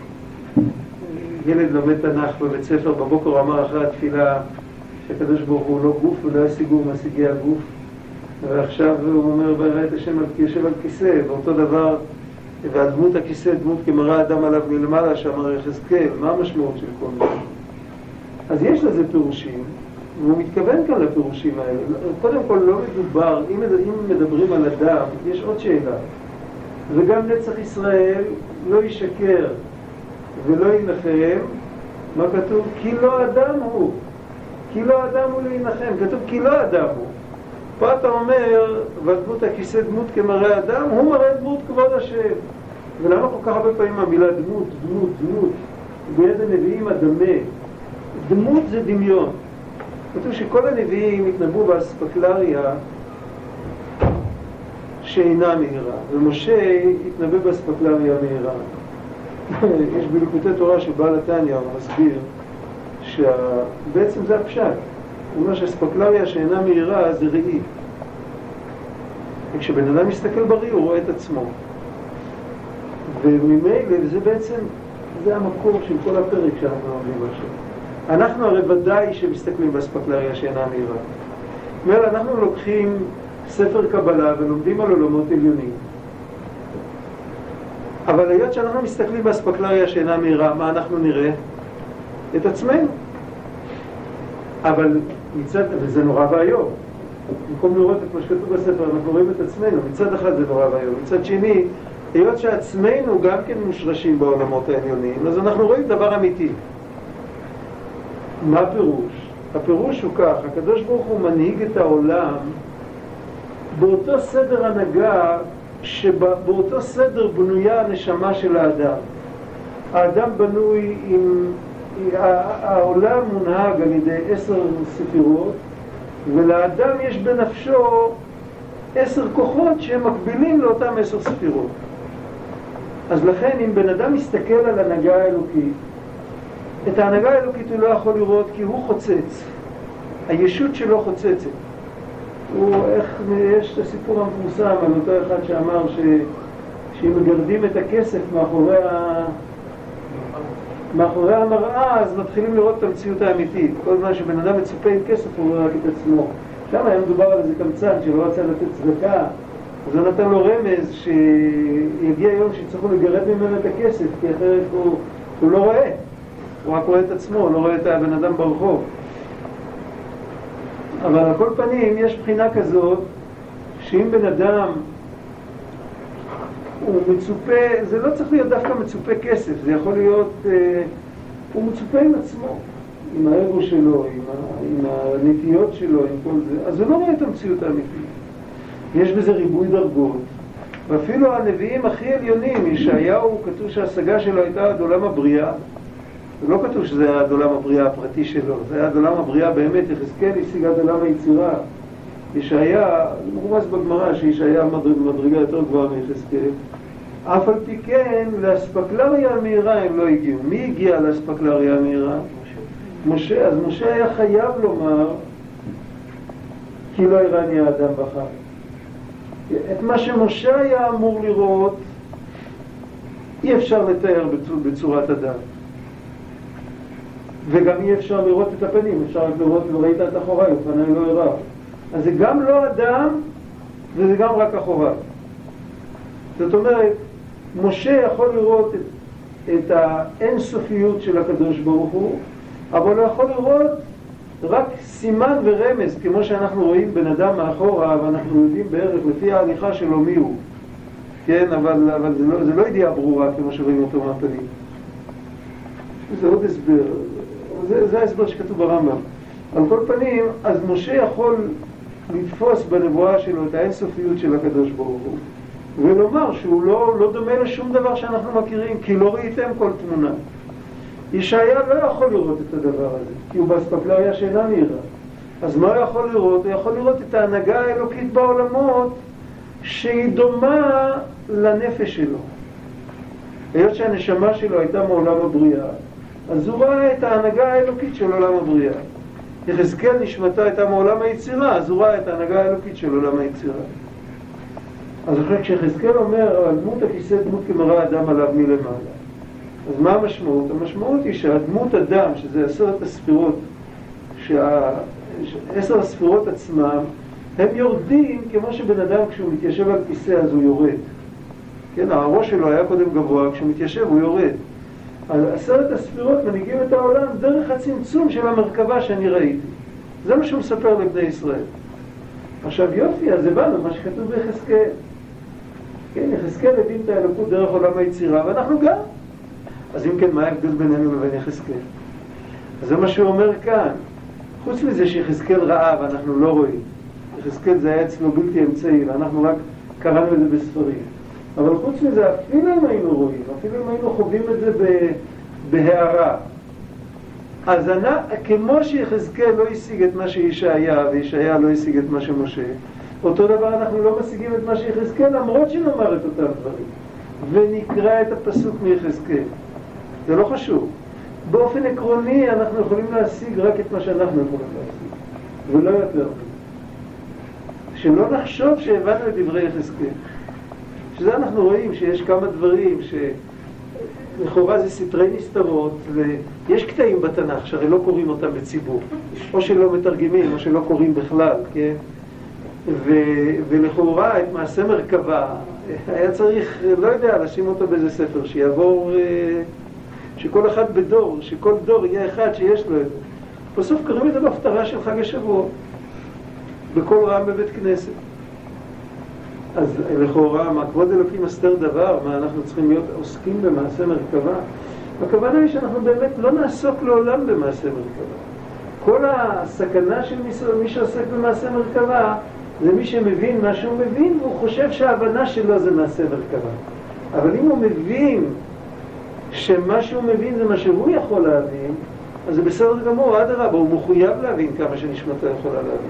[SPEAKER 1] ילד לומד תנ"ך בבית ספר, בבוקר אמר אחרי התפילה שהקדוש ברוך הוא לא גוף ולא היה סיגור מהשיגי הגוף, ועכשיו הוא אומר וירא את השם יושב על כיסא, ואותו דבר, ועל דמות הכיסא דמות כמראה אדם עליו מלמעלה שאמר יחזקאל. מה המשמעות של כל זה? אז יש לזה פירושים, והוא מתכוון כאן לפירושים האלה. קודם כל לא מדובר, אם מדברים על אדם, יש עוד שאלה, וגם נצח ישראל לא ישקר ולא ינחם. מה כתוב? כי לא אדם הוא, כי לא אדם הוא להנחם, כתוב כי לא אדם הוא. פה אתה אומר ועל דמות הכיסא דמות כמראה אדם, הוא מראה דמות כבוד השם. ולמה כל כך הרבה פעמים המילה דמות, דמות, דמות, ביד הנביאים הדמה? דמות זה דמיון. כתוב שכל הנביאים התנבאו באספקלריה שאינה מהירה, ומשה התנבא באספקלריה מהירה. יש בליקוטי תורה שבעל התניא מסביר שבעצם זה הפשט. הוא אומר שהאספקלריה שאינה מהירה זה ראי. וכשבן אדם מסתכל בראי הוא רואה את עצמו. וממילא, וזה בעצם, זה המקור של כל הפרק שאנחנו לומדים עכשיו. אנחנו הרי ודאי שמסתכלים באספקלריה שאינה מהירה. זאת אומרת, אנחנו לוקחים ספר קבלה ולומדים על עולמות עליונים. אבל היות שאנחנו מסתכלים באספקלריה שאינה מהירה, מה אנחנו נראה? את עצמנו. אבל מצד, וזה נורא ואיום. במקום לראות את מה שכתוב בספר, אנחנו רואים את עצמנו. מצד אחד זה נורא ואיום. מצד שני, היות שעצמנו גם כן מושרשים בעולמות העליונים, אז אנחנו רואים דבר אמיתי. מה הפירוש? הפירוש הוא כך, הקדוש ברוך הוא מנהיג את העולם באותו סדר הנהגה, שבאותו סדר בנויה הנשמה של האדם. האדם בנוי עם, העולם מונהג על ידי 10 ספירות, ולאדם יש בנפשו 10 כוחות שהם מקבילים לאותם 10 ספירות. אז לכן אם בן אדם מסתכל על הנהגה האלוקית, את ההנהגה האלוקית הוא לא יכול לראות כי הוא חוצץ. הישות שלו חוצצת. יש את הסיפור המפורסם על אותו אחד שאמר שאם מגרדים את הכסף מאחורי המראה, אז מתחילים לראות את המציאות האמיתית. כל זמן שבן אדם מצופה עם כסף הוא רואה רק את עצמו. שם היה מדובר על איזה קמצן שלא רצה לתת צדקה, אז הוא נתן לו רמז שיגיע יום שיצטרכו לגרד ממנו את הכסף, כי אחרת הוא לא רואה. הוא רק רואה את עצמו, הוא לא רואה את הבן אדם ברחוב. אבל על כל פנים יש בחינה כזאת שאם בן אדם הוא מצופה, זה לא צריך להיות דווקא מצופה כסף, זה יכול להיות, הוא מצופה עם עצמו, עם האגו שלו, עם הנטיות שלו, עם כל זה, אז הוא לא רואה את המציאות האמיתית. יש בזה ריבוי דרגות, ואפילו הנביאים הכי עליונים, ישעיהו, כתוב שההשגה שלו הייתה עד עולם הבריאה. זה לא כתוב שזה היה עד עולם הבריאה הפרטי שלו, זה היה עד עולם הבריאה באמת. יחזקאל השיג עד עולם היצירה. ישעיה, מרומז בגמרא שישעיה מדרגה יותר גבוהה מיחזקאל. אף על פי כן, לאספקלריה המהירה הם לא הגיעו. מי הגיע לאספקלריה המהירה? משה. אז משה היה חייב לומר, כי לא יראני האדם בחי. את מה שמשה היה אמור לראות, אי אפשר לתאר בצורת אדם. וגם אי אפשר לראות את הפנים, אפשר רק לראות וראית את אחוריי, ופניי לא הראה. אז זה גם לא אדם, וזה גם רק אחוריי. זאת אומרת, משה יכול לראות את האינסופיות של הקדוש ברוך הוא, אבל הוא יכול לראות רק סימן ורמז, כמו שאנחנו רואים בן אדם מאחורה, ואנחנו יודעים בערך לפי ההליכה שלו מי הוא. כן, אבל זה לא ידיעה ברורה כמו שרואים אותו מהפנים. זה עוד הסבר, זה ההסבר שכתוב ברמב"ם. על כל פנים, אז משה יכול לתפוס בנבואה שלו את האינסופיות של הקדוש ברוך הוא, ולומר שהוא לא דומה לשום דבר שאנחנו מכירים, כי לא ראיתם כל תמונה. ישעיה לא יכול לראות את הדבר הזה, כי הוא באספקלריה שאינה נראה. אז מה הוא יכול לראות? הוא יכול לראות את ההנהגה האלוקית בעולמות שהיא דומה לנפש שלו. היות שהנשמה שלו הייתה מעולם הבריאה, אז הוא ראה את ההנהגה האלוקית של עולם הבריאה. יחזקאל נשמתה הייתה מעולם היצירה, אז הוא ראה את ההנהגה האלוקית של עולם היצירה. אז אחרי כשיחזקאל אומר על דמות הכיסא דמות כמראה אדם עליו מלמעלה, אז מה המשמעות? המשמעות היא שהדמות אדם, שזה 10 הספירות, 10 הספירות עצמם, הם יורדים כמו שבן אדם כשהוא מתיישב על כיסא אז הוא יורד. כן, הראש שלו היה קודם גבוה, כשהוא מתיישב הוא יורד. אז 10 הספירות מנהיגים את העולם דרך הצמצום של המרכבה שאני ראיתי. זה מה שהוא מספר לבני ישראל. עכשיו יופי, אז הבנו מה שכתוב ביחזקאל. כן, יחזקאל הבין את האלוקות דרך עולם היצירה, ואנחנו גם. אז אם כן, מה ההבדל בינינו לבין יחזקאל? אז זה מה שהוא אומר כאן. חוץ מזה שיחזקאל ראה ואנחנו לא רואים. יחזקאל זה היה אצלו בלתי אמצעי, ואנחנו רק קראנו את זה בספרים. אבל חוץ מזה, אפילו אם היינו רואים, אפילו אם היינו חווים את זה בהערה, אז כמו שיחזקאל לא השיג את מה שישעיה, וישעיה לא השיג את מה שמשה, אותו דבר אנחנו לא משיגים את מה שיחזקאל, למרות שנאמר את אותם דברים. ונקרא את הפסוק מיחזקאל. זה לא חשוב. באופן עקרוני אנחנו יכולים להשיג רק את מה שאנחנו יכולים להשיג, ולא יותר. שלא נחשוב שהבנו את דברי יחזקאל. שזה אנחנו רואים שיש כמה דברים שלכאורה זה סתרי נסתרות, ויש קטעים בתנ"ך שהרי לא קוראים אותם בציבור, או שלא מתרגמים או שלא קוראים בכלל, כן? ולכאורה את מעשה מרכבה היה צריך, לא יודע, לשים אותו באיזה ספר שיעבור, שכל אחד בדור, שכל דור יהיה אחד שיש לו את זה. בסוף קוראים את זה בהפטרה של חג השבוע בכל רם בבית כנסת. אז לכאורה, מה כבוד אלוקים אסתר דבר, מה אנחנו צריכים להיות עוסקים במעשה מרכבה? הכוונה היא שאנחנו באמת לא נעסוק לעולם במעשה מרכבה. כל הסכנה של מי שעוסק במעשה מרכבה זה מי שמבין מה שהוא מבין, והוא חושב שההבנה שלו זה מעשה מרכבה. אבל אם הוא מבין שמה שהוא מבין זה מה שהוא יכול להבין, אז זה בסדר גמור, אדרבה, הוא מחויב להבין כמה שנשמתו יכולה להבין.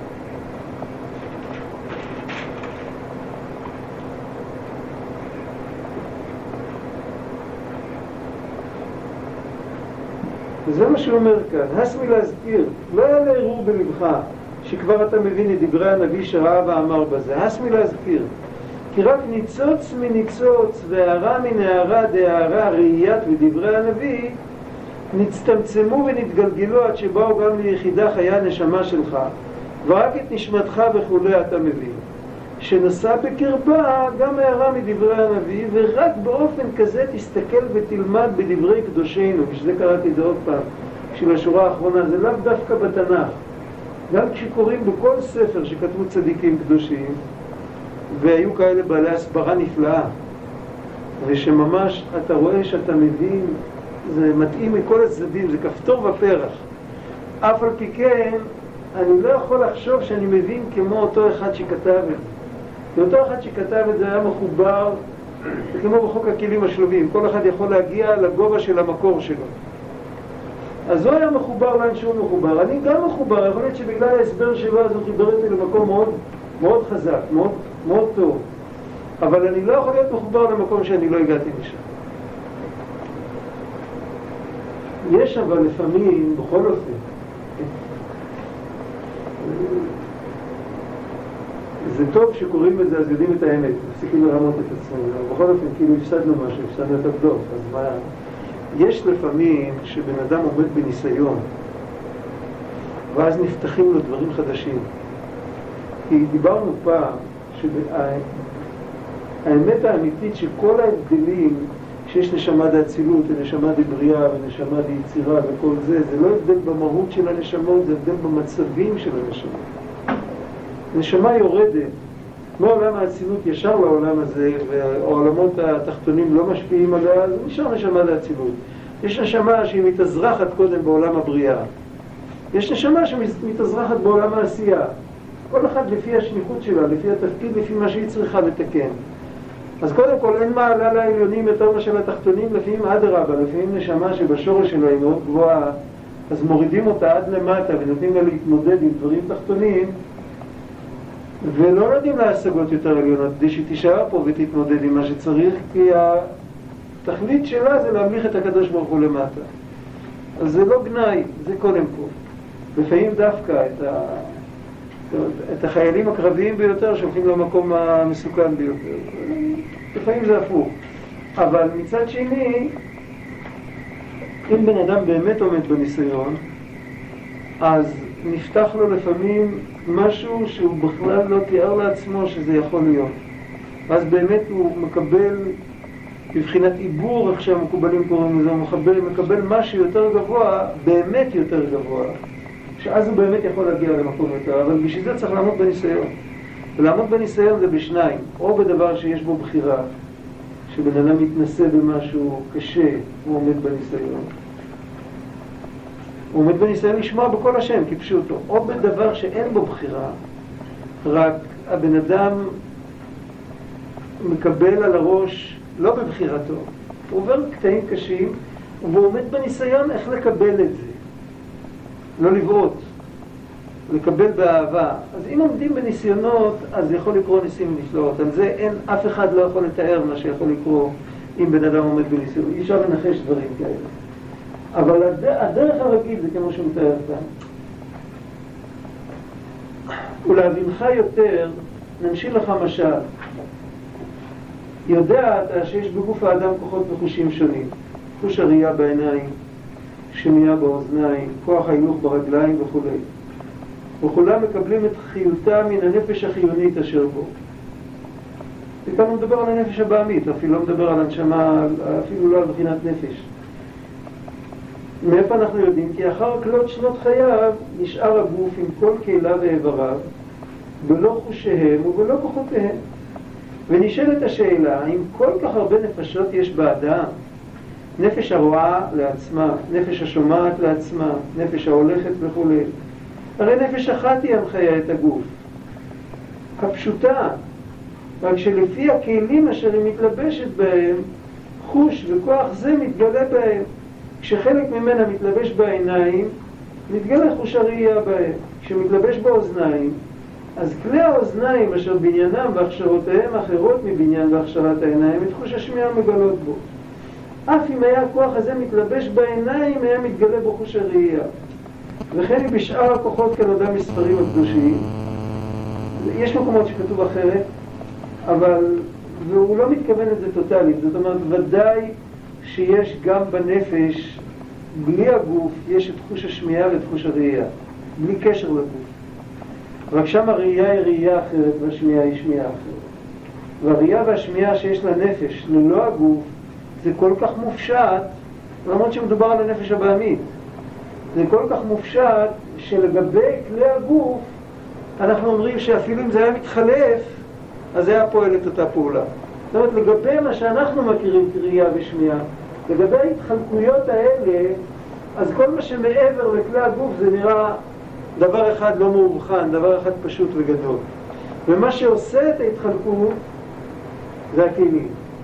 [SPEAKER 1] וזה מה שהוא אומר כאן, הסמי להזכיר, לא היה לערעור בלבך, שכבר אתה מבין את דברי הנביא שראה ואמר בזה, הסמי להזכיר, כי רק ניצוץ מניצוץ והערה מן הערה דהערה ראיית ודברי הנביא, נצטמצמו ונתגלגלו עד שבאו גם ליחידה חיה נשמה שלך, ורק את נשמתך וכולי אתה מבין. שנשא בקרבה גם הערה מדברי הנביא, ורק באופן כזה תסתכל ותלמד בדברי קדושינו. ושזה קראתי את זה עוד פעם, בשביל השורה האחרונה, זה לאו דווקא בתנ"ך. גם כשקוראים בכל ספר שכתבו צדיקים קדושים, והיו כאלה בעלי הסברה נפלאה, ושממש אתה רואה שאתה מבין, זה מתאים מכל הצדדים, זה כפתור ופרח. אף על פי כן, אני לא יכול לחשוב שאני מבין כמו אותו אחד שכתב את זה. כי אותו אחד שכתב את זה היה מחובר, כמו בחוק הכלים השלובים, כל אחד יכול להגיע לגובה של המקור שלו. אז הוא היה מחובר לאן שהוא מחובר. אני גם מחובר, יכול להיות שבגלל ההסבר שלו אז הוא חיבר אותי למקום מאוד, מאוד חזק, מאוד, מאוד טוב. אבל אני לא יכול להיות מחובר למקום שאני לא הגעתי לשם. יש אבל לפעמים, בכל אופן, זה טוב שקוראים את זה, אז יודעים את האמת, מפסיקים לרמות את עצמנו. בכל אופן, כאילו הפסדנו משהו, הפסדנו את הבלוף, אז מה? יש לפעמים שבן אדם עומד בניסיון, ואז נפתחים לו דברים חדשים. כי דיברנו פעם, האמת האמיתית שכל ההבדלים שיש נשמה דאצילות, ונשמה דבריאה, ונשמה דיצירה וכל זה, זה לא הבדל במהות של הנשמות, זה הבדל במצבים של הנשמות. נשמה יורדת מעולם האצילות ישר לעולם הזה, והעולמות התחתונים לא משפיעים עליה, אז נשאר נשמה דאצילות. יש נשמה שהיא מתאזרחת קודם בעולם הבריאה. יש נשמה שמתאזרחת בעולם העשייה. כל אחד לפי השליחות שלה, לפי התפקיד, לפי מה שהיא צריכה לתקן. אז קודם כל אין מעלה לעליונים יותר משל התחתונים, לפעמים אדרבה, לפעמים נשמה שבשורש שלה היא מאוד גבוהה, אז מורידים אותה עד למטה ונותנים לה להתמודד עם דברים תחתונים, ולא נותנים לה השגות יותר עליונות, כדי שהיא תישאר פה ותתמודד עם מה שצריך, כי התכלית שלה זה להמליך את הקדוש ברוך הוא למטה. אז זה לא גנאי, זה קודם פה. לפעמים דווקא את החיילים הקרביים ביותר שהולכים למקום המסוכן ביותר. לפעמים זה הפוך. אבל מצד שני, אם בן אדם באמת עומד בניסיון, אז נפתח לו לפעמים משהו שהוא בכלל לא תיאר לעצמו שזה יכול להיות. אז באמת הוא מקבל, בבחינת עיבור, איך שהמקובלים קוראים לזה, הוא מקבל משהו יותר גבוה, באמת יותר גבוה. שאז הוא באמת יכול להגיע למקום יותר, אבל בשביל זה צריך לעמוד בניסיון. ולעמוד בניסיון זה בשניים, או בדבר שיש בו בחירה, שבן אדם מתנסה במשהו קשה, הוא עומד בניסיון. הוא עומד בניסיון לשמוע בכל השם, כפשוטו. או בדבר שאין בו בחירה, רק הבן אדם מקבל על הראש, לא בבחירתו. הוא עובר קטעים קשים, והוא עומד בניסיון איך לקבל את זה. לא לבעוט, לקבל באהבה. אז אם עומדים בניסיונות, אז יכול לקרוא ניסים ונפלאות. על זה אין, אף אחד לא יכול לתאר מה שיכול לקרוא אם בן אדם עומד בניסיונות. אי אפשר לנחש דברים כאלה. אבל הדרך הרגיל זה כמו שהוא מתאר כאן. ולהבינך יותר, נמשיל לך משל. יודע אתה שיש בגוף האדם כוחות וחושים שונים. חוש הראייה בעיניים, שמיעה באוזניים, כוח ההילוך ברגליים וכו'. וכולם מקבלים את חיותה מן הנפש החיונית אשר בו. וכאן הוא מדבר על הנפש הבעמית, אפילו לא מדבר על הנשמה, אפילו לא על בחינת נפש. מאיפה אנחנו יודעים? כי אחר כלות שנות חייו נשאר הגוף עם כל קהילה ואיבריו, בלא חושיהם ובלא כוחותיהם. ונשאלת השאלה, אם כל כך הרבה נפשות יש באדם, נפש הרואה לעצמה, נפש השומעת לעצמה, נפש ההולכת וכו'. הרי נפש אחת היא המחיה את הגוף. הפשוטה, רק שלפי הכלים אשר היא מתלבשת בהם, חוש וכוח זה מתגלה בהם. כשחלק ממנה מתלבש בעיניים, מתגלה חוש הראייה בהם. כשמתלבש באוזניים, אז כלי האוזניים אשר בניינם והכשרותיהם אחרות מבניין והכשרת העיניים, את חוש השמיעה מגלות בו. אף אם היה הכוח הזה מתלבש בעיניים, היה מתגלה בו חוש הראייה. וכן היא בשאר הכוחות כנודע מספרים הקדושים. יש מקומות שכתוב אחרת, אבל והוא לא מתכוון את זה טוטלית. זאת אומרת, ודאי שיש גם בנפש, בלי הגוף, יש את חוש השמיעה ואת חוש הראייה. בלי קשר לגוף. רק שם הראייה היא ראייה אחרת והשמיעה היא שמיעה אחרת. והראייה והשמיעה שיש לנפש ללא הגוף, זה כל כך מופשט, למרות שמדובר על הנפש הבעמית. זה כל כך מופשט שלגבי כלי הגוף, אנחנו אומרים שאפילו אם זה היה מתחלף, אז היה פועל את אותה פעולה. זאת אומרת, לגבי מה שאנחנו מכירים כראייה ושמיעה, לגבי ההתחלקויות האלה, אז כל מה שמעבר לכלי הגוף זה נראה דבר אחד לא מאובחן, דבר אחד פשוט וגדול. ומה שעושה את ההתחלקות זה הכלים.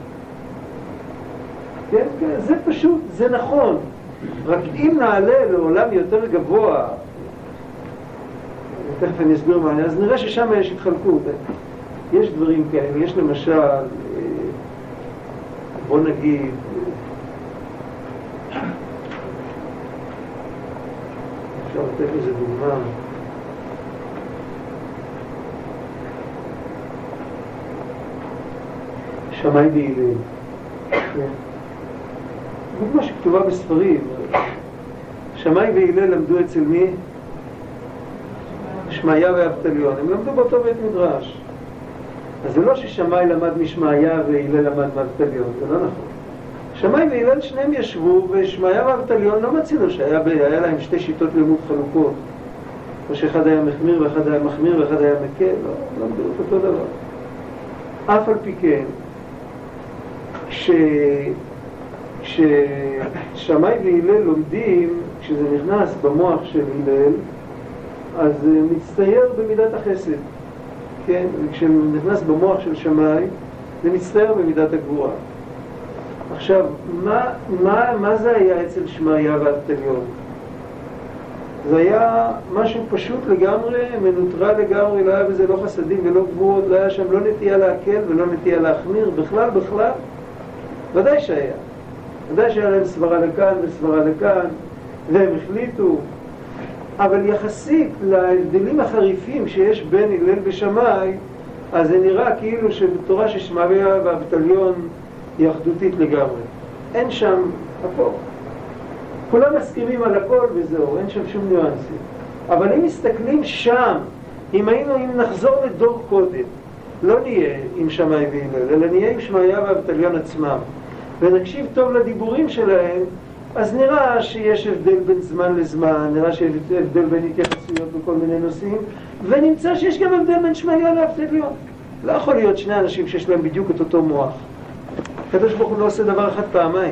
[SPEAKER 1] כן? זה פשוט, זה נכון. רק אם נעלה לעולם יותר גבוה, תכף אני אסביר מה, אז נראה ששם יש התחלקות. יש דברים כאלה, יש למשל, בוא נגיד, אפשר לתת איזה דוגמה. שמאי והלל. דוגמה שכתובה בספרים. שמאי והלל למדו אצל מי? שמעיה ואבטליון. הם למדו באותו בית מדרש. אז זה לא ששמאי למד משמעיה והלל למד מאבטליון, זה לא נכון. שמאי והלל שניהם ישבו, ושמעיה ואבטליון לא מצינו שהיה להם שתי שיטות לימוד חלוקות. או שאחד היה מחמיר ואחד היה מחמיר ואחד היה מקל, לא למדו את אותו דבר. אף על פי כן, כששמאי והלל לומדים, כשזה נכנס במוח של הלל, אז זה מצטייר במידת החסד. כן? וכשנכנס במוח של שמאי, זה מצטייר במידת הגבורה. עכשיו, מה זה היה אצל שמעיה ואבטליון? זה היה משהו פשוט לגמרי, מנוטרל לגמרי, לא היה בזה לא חסדים ולא גבורות, לא היה שם לא נטייה להקל ולא נטייה להחמיר, בכלל, ודאי שהיה. ודאי שהיה להם סברה לכאן וסברה לכאן, והם החליטו, אבל יחסית להבדלים החריפים שיש בין הלל ושמאי, אז זה נראה כאילו שבתורה ששמעיה ואבטליון היא אחדותית לגמרי. אין שם הכל. כולם מסכימים על הכל וזהו, אין שם שום ניואנסים. אבל אם מסתכלים שם, אם נחזור לדור קודם, לא נהיה עם שמאי והלל, אלא נהיה עם שמעיה ואבטליון עצמם, ונקשיב טוב לדיבורים שלהם, אז נראה שיש הבדל בין זמן לזמן, נראה שיש הבדל בין התייחסויות בכל מיני נושאים, ונמצא שיש גם הבדל בין שמעיה ואבטליון. לא יכול להיות שני אנשים שיש להם בדיוק את אותו מוח. הקדוש ברוך הוא לא עושה דבר אחד פעמיים.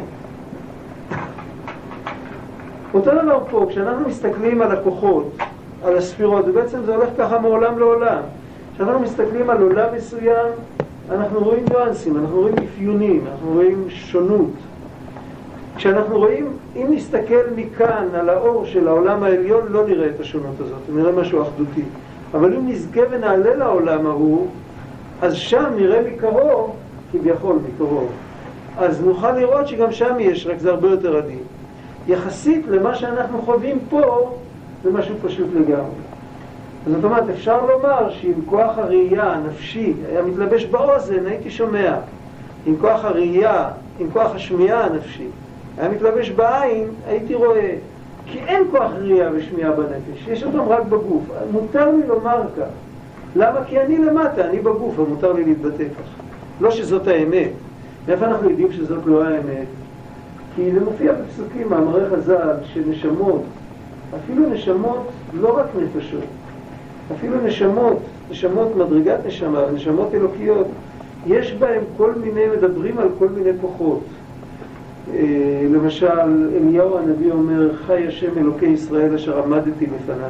[SPEAKER 1] אותו דבר פה, כשאנחנו מסתכלים על הכוחות, על הספירות, ובעצם זה הולך ככה מעולם לעולם. כשאנחנו מסתכלים על עולם מסוים, אנחנו רואים ניואנסים, אנחנו רואים אפיונים, אנחנו רואים שונות. כשאנחנו רואים, אם נסתכל מכאן על האור של העולם העליון, לא נראה את השונות הזאת, נראה משהו אחדותי. אבל אם נזכה ונעלה לעולם ההוא, אז שם נראה מקרוב, כביכול מקרוב. אז נוכל לראות שגם שם יש, רק זה הרבה יותר עדין. יחסית למה שאנחנו חווים פה, זה משהו פשוט לגמרי. זאת אומרת, אפשר לומר שאם כוח הראייה הנפשי היה מתלבש באוזן, הייתי שומע. עם כוח הראייה, עם כוח השמיעה הנפשי, היה מתלבש בעין, הייתי רואה. כי אין כוח ראייה ושמיעה בנפש, יש אותם רק בגוף. מותר לי לומר כך. למה? כי אני למטה, אני בגוף, ומותר לי להתבטא כך. לא שזאת האמת. מאיפה אנחנו יודעים שזאת לא האמת? כי זה מופיע בפסוקים, מאמרי חז"ל, שנשמות, אפילו נשמות, לא רק נפשות, אפילו נשמות מדרגת נשמה, נשמות אלוקיות, יש בהם כל מיני, מדברים על כל מיני כוחות. למשל, אליהו הנביא אומר, חי השם אלוקי ישראל אשר עמדתי לפניו.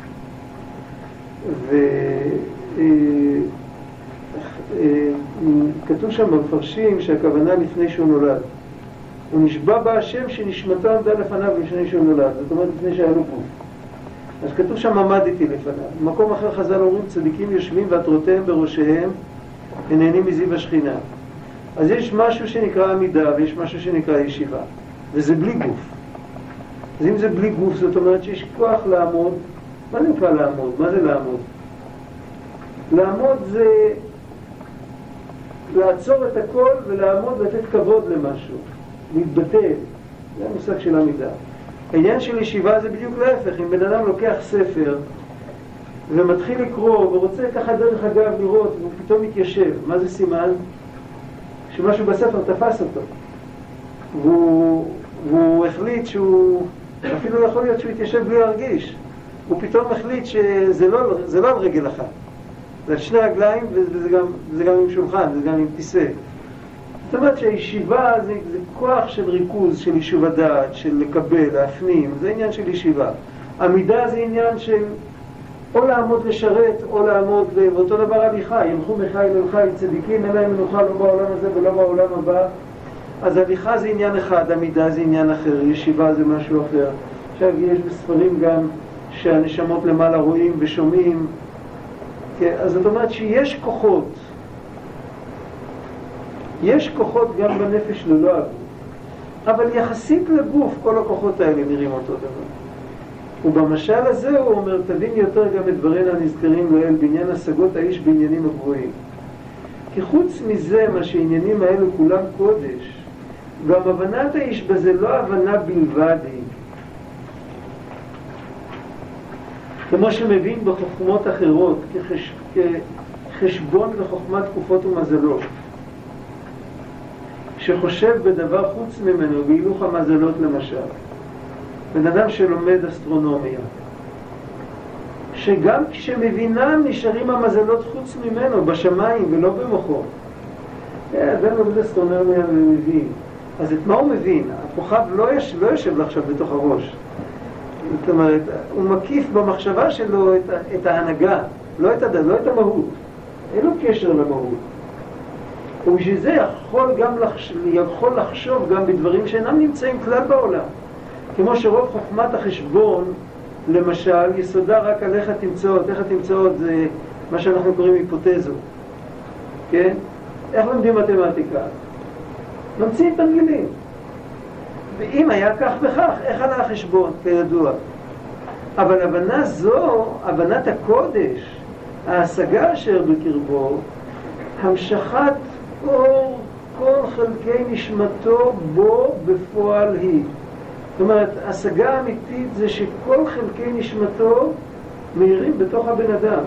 [SPEAKER 1] וכתוב שם במפרשים שהכוונה לפני שהוא נולד. הוא נשבע בה השם שנשמתו עמדה לפניו לפני שהוא נולד, זאת אומרת לפני שהיה לו גוף. אז כתוב שם עמדתי לפניו. במקום אחר חז"ל אומרים, צדיקים יושבים ועטרותיהם בראשיהם ונהנים מזיו השכינה. אז יש משהו שנקרא עמידה ויש משהו שנקרא ישיבה, וזה בלי גוף. אז אם זה בלי גוף, זאת אומרת שיש כוח לעמוד. מה זה נקרא לעמוד? מה זה לעמוד? לעמוד זה לעצור את הכל ולעמוד ולתת כבוד למשהו, להתבטא. זה המושג של עמידה. העניין של ישיבה זה בדיוק להפך. אם בן אדם לוקח ספר ומתחיל לקרוא ורוצה ככה דרך אגב לראות והוא פתאום מתיישב, מה זה סימן? שמשהו בספר תפס אותו. והוא החליט שהוא, אפילו יכול להיות שהוא יתיישב בלי להרגיש, הוא פתאום החליט שזה לא על רגל אחת. זה שני רגליים וזה גם עם שולחן, זה גם עם כיסא. זאת אומרת שהישיבה זה כוח של ריכוז, של יישוב הדעת, של לקבל, להפנים, זה עניין של ישיבה. עמידה זה עניין של או לעמוד לשרת או לעמוד, ואותו דבר הליכה, ילכו מחיל אל חיל צדיקים, אין להם מנוחה לא בעולם הזה ולא בעולם הבא. אז הליכה זה עניין אחד, עמידה זה עניין אחר, ישיבה זה משהו אחר. עכשיו יש בספרים גם שהנשמות למעלה רואים ושומעים, אז זאת אומרת שיש כוחות, יש כוחות גם בנפש ללא הגוף, אבל יחסית לגוף כל הכוחות האלה נראים אותו דבר. ובמשל הזה הוא אומר, תבין יותר גם את דברינו הנזכרים לאל בעניין השגות האיש בעניינים הגבוהים. כי חוץ מזה, מה שהעניינים האלו כולם קודש, גם הבנת האיש בזה לא הבנה בלבד היא. כמו שמבין בחוכמות אחרות, כחשבון וחוכמת תקופות ומזלות. שחושב בדבר חוץ ממנו, בהילוך המזלות למשל. בן אדם שלומד אסטרונומיה. שגם כשמבינם נשארים המזלות חוץ ממנו, בשמיים ולא במוחו. אדם לומד אסטרונומיה ומבין. אז את מה הוא מבין? הכוכב לא יושב לו עכשיו בתוך הראש. זאת אומרת, הוא מקיף במחשבה שלו את ההנהגה, לא את המהות. אין לו קשר למהות. ובשביל זה יכול לחשוב גם בדברים שאינם נמצאים כלל בעולם. כמו שרוב חוכמת החשבון, למשל, יסודה רק על איך התמצאות זה מה שאנחנו קוראים היפותזות. כן? איך לומדים מתמטיקה? ממציאים תרגילים. ואם היה כך וכך, איך עלה החשבון, כידוע. אבל הבנה זו, הבנת הקודש, ההשגה אשר בקרבו, המשכת אור כל חלקי נשמתו בו בפועל היא. זאת אומרת, השגה האמיתית זה שכל חלקי נשמתו מהירים בתוך הבן אדם.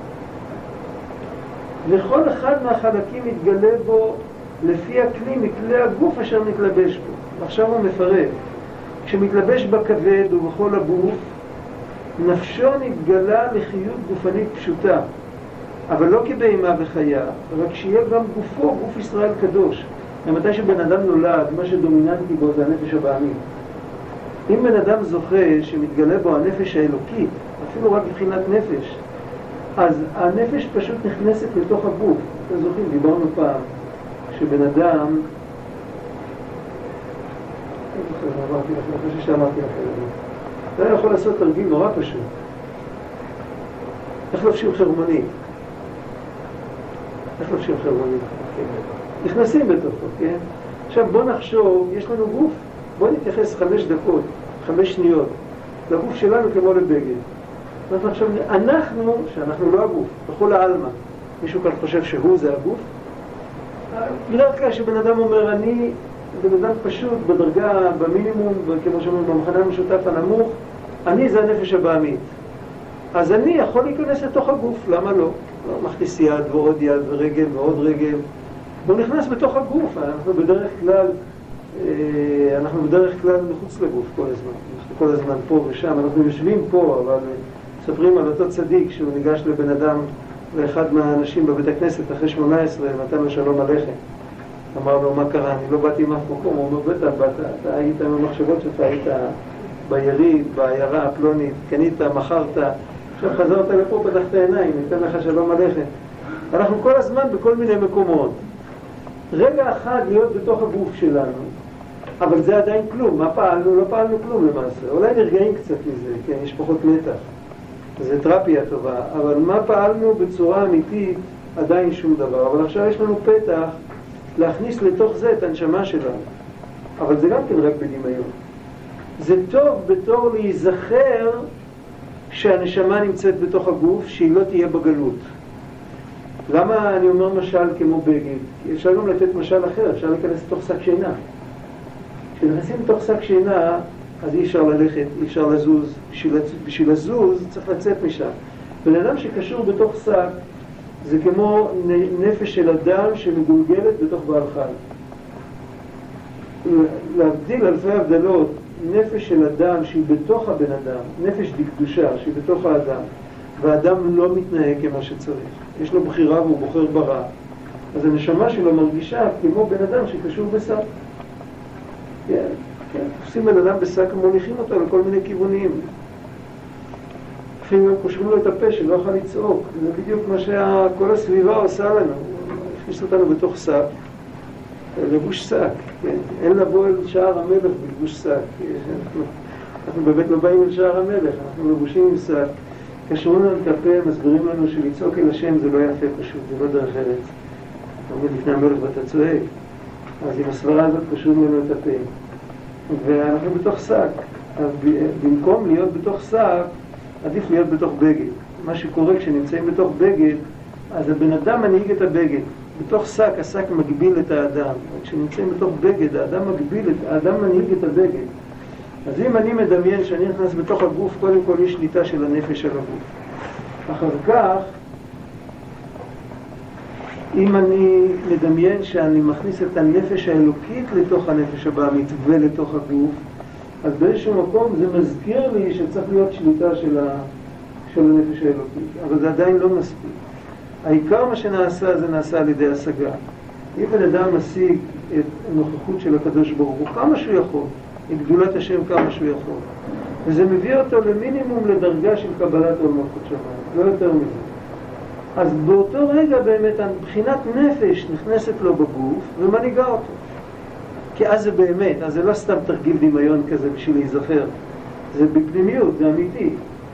[SPEAKER 1] וכל אחד מהחלקים מתגלה בו לפי הכלי, מכלי הגוף אשר מתלבש בו. עכשיו הוא מפרט. כשמתלבש בכבד ובכל הגוף, נפשו נתגלה לחיות גופנית פשוטה. אבל לא כבהמה וחיה, רק שיהיה גם גופו, גוף ישראל קדוש. למתי שבן אדם נולד, מה שדומיננטי בו זה הנפש הבעמית. אם בן אדם זוכה שמתגלה בו הנפש האלוקית, אפילו רק מבחינת נפש, אז הנפש פשוט נכנסת לתוך הגוף. אתם זוכרים, דיברנו פעם, שבן אדם, אני חושב שאמרתי לכם, אתה יכול לעשות תרגיל נורא פשוט. איך לובשים חרמונית? נכנסים בתוכו, כן? עכשיו בוא נחשוב, יש לנו גוף, בוא נתייחס 5 דקות, 5 שניות, לגוף שלנו כמו לבגד. אנחנו, שאנחנו לא הגוף, בכל העלמה, מישהו כאן חושב שהוא זה הגוף? בדרך כלל שבן אדם אומר, אני בן אדם פשוט, בדרגה, במינימום, כמו שאומרים, במחנה המשותף הנמוך, אני זה הנפש הבעמית. אז אני יכול להיכנס לתוך הגוף, למה לא? מכניס יד ועוד יד ורגל ועוד רגל. הוא נכנס בתוך הגוף, אנחנו בדרך כלל מחוץ לגוף כל הזמן. אנחנו כל הזמן פה ושם, אנחנו יושבים פה, אבל מספרים על אותו צדיק שהוא ניגש לבן אדם, לאחד מהאנשים בבית הכנסת אחרי 18, נתן לו שלום עליכם. אמר לו, מה קרה? אני לא באתי עם אף מקום. הוא אומר, בטח, אתה היית עם המחשבות שלך, היית ביריד, בעיירה הפלונית, קנית, מכרת, עכשיו חזרת לפה, פתחת עיניים, ניתן לך שלום עליכם. אנחנו כל הזמן בכל מיני מקומות. רגע אחד להיות בתוך הגוף שלנו, אבל זה עדיין כלום. מה פעלנו? לא פעלנו כלום למעשה. אולי נרגעים קצת מזה, כן, יש פחות מתח. זה תרפיה טובה, אבל מה פעלנו בצורה אמיתית? עדיין שום דבר. אבל עכשיו יש לנו פתח להכניס לתוך זה את הנשמה שלנו. אבל זה גם כן רק בדמיון. זה טוב בתור להיזכר שהנשמה נמצאת בתוך הגוף, שהיא לא תהיה בגלות. למה אני אומר משל כמו בגד? אפשר גם לתת משל אחר, אפשר להיכנס לתוך שק שינה. כשנכנסים לתוך שק שינה, אז אי אפשר ללכת, אי אפשר לזוז. בשביל לזוז צריך לצאת משם. בן אדם שקשור בתוך שק, זה כמו נפש של אדם שמגולגלת בתוך בעל חי. להבדיל אלפי הבדלות, נפש של אדם שהיא בתוך הבן אדם, נפש דקדושה שהיא בתוך האדם, והאדם לא מתנהג כמו שצריך. יש לו בחירה והוא בוחר ברע. אז הנשמה שלו מרגישה כמו בן אדם שקשור בשק. כן, כן. תופסים בן אדם בשק ומוליכים אותו לכל מיני כיוונים. לפעמים הם קושרים לו את הפה שלא יכול לצעוק. זה בדיוק מה שכל הסביבה עושה לנו. הכניס אותנו בתוך שק. לבוש שק, כן? אין לבוא אל שער המלך בלבוש שק. אנחנו באמת לא באים אל שער המלך, אנחנו לבושים עם שק. קשרו לנו את הפה, מסבירים לנו שלצעוק אל השם זה לא יפה פשוט, זה לא דרך ארץ. עומד לפני המלך ואתה צועק. אז עם הסברה הזאת קשרו לנו את הפה. ואנחנו בתוך שק. אז במקום להיות בתוך שק, עדיף להיות בתוך בגד. מה שקורה כשנמצאים בתוך בגד, אז הבן אדם מנהיג את הבגד. בתוך שק, השק מגביל את האדם. כשנמצאים בתוך בגד, האדם מנהיג את הבגד. אז אם אני מדמיין שאני נכנס בתוך הגוף, קודם כל יש שליטה של הנפש על הגוף. אחר כך, אם אני מדמיין שאני מכניס את הנפש האלוקית לתוך הנפש הבאמית ולתוך הגוף, אז באיזשהו מקום זה מזכיר לי שצריך להיות שליטה של הנפש האלוקית. אבל זה עדיין לא מספיק. העיקר מה שנעשה זה נעשה על ידי השגה. אם בן אדם משיג את הנוכחות של הקדוש ברוך הוא כמה שהוא יכול, את גדולת השם כמה שהוא יכול, וזה מביא אותו למינימום לדרגה של קבלת עול מלכות שמיים, לא יותר מזה. אז באותו רגע באמת מבחינת נפש נכנסת לו בגוף ומנהיגה אותו. כי אז זה באמת, אז זה לא סתם תרגיל דמיון כזה בשביל להיזכר, זה בפנימיות, זה אמיתי.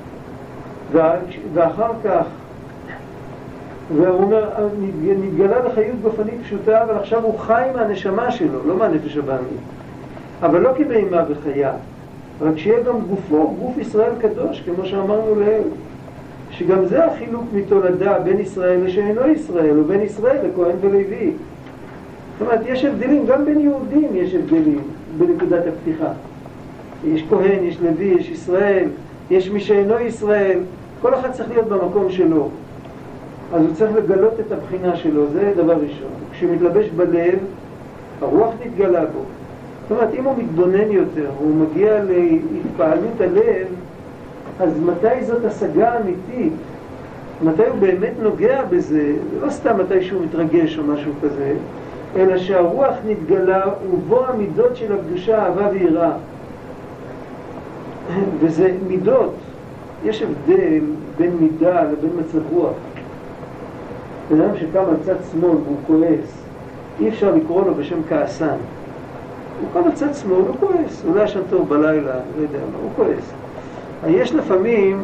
[SPEAKER 1] ואחר כך והוא אומר, נתגלה לחיות גופנית פשוטה, אבל עכשיו הוא חי מהנשמה שלו, לא מהנפש הבאמית. אבל לא כבהמה וחיה, רק שיהיה גם גופו, גוף ישראל קדוש, כמו שאמרנו לעיל. שגם זה החילוק מתולדה בין ישראל לשאינו ישראל, ובין ישראל לכהן ולוי. זאת אומרת, יש הבדלים, גם בין יהודים יש הבדלים בנקודת הפתיחה. יש כהן, יש לוי, יש ישראל, יש מי שאינו ישראל, כל אחד צריך להיות במקום שלו. אז הוא צריך לגלות את הבחינה שלו, זה דבר ראשון. כשמתלבש בלב, הרוח נתגלה בו. זאת אומרת, אם הוא מתבונן יותר, הוא מגיע להתפעלות הלב, אז מתי זאת השגה אמיתית? מתי הוא באמת נוגע בזה? זה לא סתם מתי שהוא מתרגש או משהו כזה, אלא שהרוח נתגלה ובו המידות של הקדושה, אהבה ויראה. וזה מידות. יש הבדל בין מידה לבין מצב רוח. בן אדם שקם על צד שמאל והוא כועס, אי אפשר לקרוא לו בשם כעסן. הוא קם על צד שמאל, הוא כועס. אולי ישן טוב בלילה, לא יודע מה, הוא כועס. יש לפעמים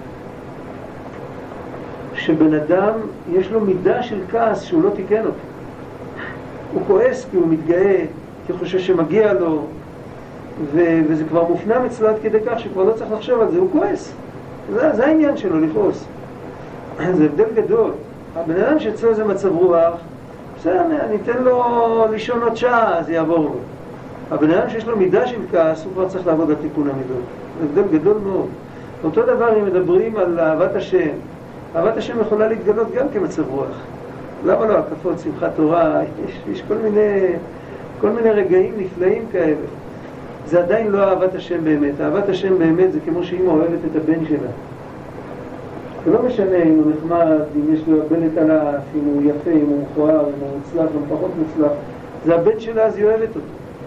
[SPEAKER 1] שבן אדם יש לו מידה של כעס שהוא לא תיקן אותו. הוא כועס כי הוא מתגאה, כי הוא חושב שמגיע לו, וזה כבר מופנם אצלו עד כדי כך שכבר לא צריך לחשוב על זה, הוא כועס. זה העניין שלו, לכעוס. זה הבדל גדול. הבן אדם שאצלו זה מצב רוח, בסדר, אני אתן לו לישון עוד שעה, אז יעבור לו. הבן אדם שיש לו מידה של כעס, הוא כבר צריך לעבוד על תיקון המידות. זה הבדל גדול מאוד. אותו דבר אם מדברים על אהבת השם. אהבת השם יכולה להתגלות גם כמצב רוח. למה לא? הקפות, שמחת תורה, יש כל מיני רגעים נפלאים כאלה. זה עדיין לא אהבת השם באמת. אהבת השם באמת זה כמו שאמא אוהבת את הבן שלה. זה לא משנה אם הוא נחמד, אם יש לו בלט על האף, אם הוא יפה, אם הוא מכוער, אם הוא מוצלח, אם פחות מוצלח. זה הבן שלה, אז היא אוהבת אותו.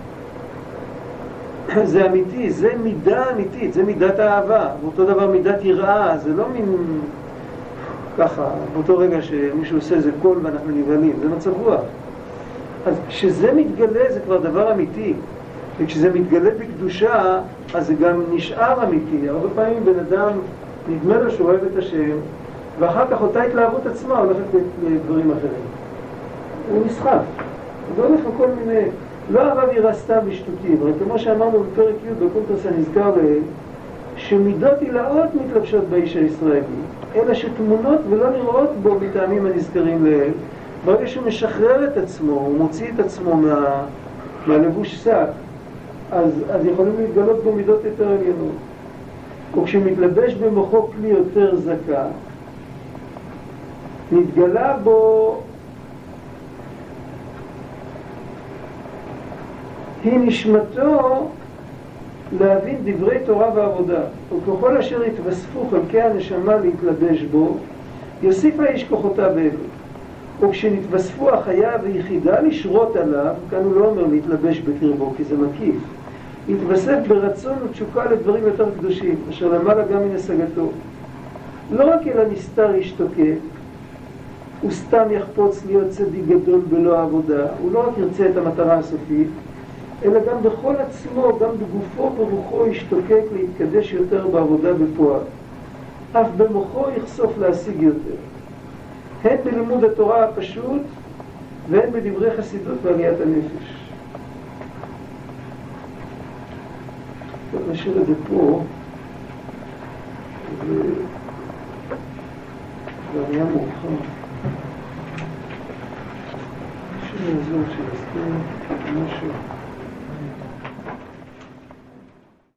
[SPEAKER 1] זה אמיתי, זה מידה אמיתית, זה מידת האהבה. ואותו דבר מידת יראה, זה לא מין ככה, באותו רגע שמישהו עושה איזה קול ואנחנו נבהלים, זה מצב רוח. אז כשזה מתגלה זה כבר דבר אמיתי. וכשזה מתגלה בקדושה, אז זה גם נשאר אמיתי. הרבה פעמים בן אדם נדמה לו שהוא אוהב את השם, ואחר כך אותה התלהבות עצמה הולכת לדברים אחרים. הוא נסחף. זה הולך לכל מיני... לא אהבה ויראה סתם בשטותים, אבל כמו שאמרנו בפרק י' בקונטרס הנזכר להם, שמידות עילאות מתלבשות באיש הישראלי, אלא שתמונות ולא נראות בו מטעמים הנזכרים להם. ברגע שהוא משחרר את עצמו, הוא מוציא את עצמו מהלבוש שק, אז יכולים להתגלות בו מידות יותר עליונות. וכשמתלבש במוחו כלי יותר זכה, נתגלה בו היא נשמתו להבין דברי תורה ועבודה, וככל אשר יתווספו חלקי הנשמה להתלבש בו, יוסיף האיש כוחותיו אלו. וכשנתווספו החיה ויחידה לשרות עליו, כאן הוא לא אומר להתלבש בקרבו, כי זה מקיף, יתווסף ברצון ותשוקה לדברים יותר קדושים, אשר למעלה גם מן השגתו. לא רק אל הנסתר ישתוקק, הוא סתם יחפוץ להיות צדיק גדול בלא עבודה, הוא לא רק ירצה את המטרה הסופית, אלא גם בכל עצמו, גם בגופו ברוחו ישתוקק להתקדש יותר בעבודה בפועל. אף במוחו יחשוף להשיג יותר. הן בלימוד התורה הפשוט, והן בדברי חסידות ועליית הנפש. נשאיר את זה פה, כבר נהיה מאוחר. נשאיר את זה של הסתר, משהו.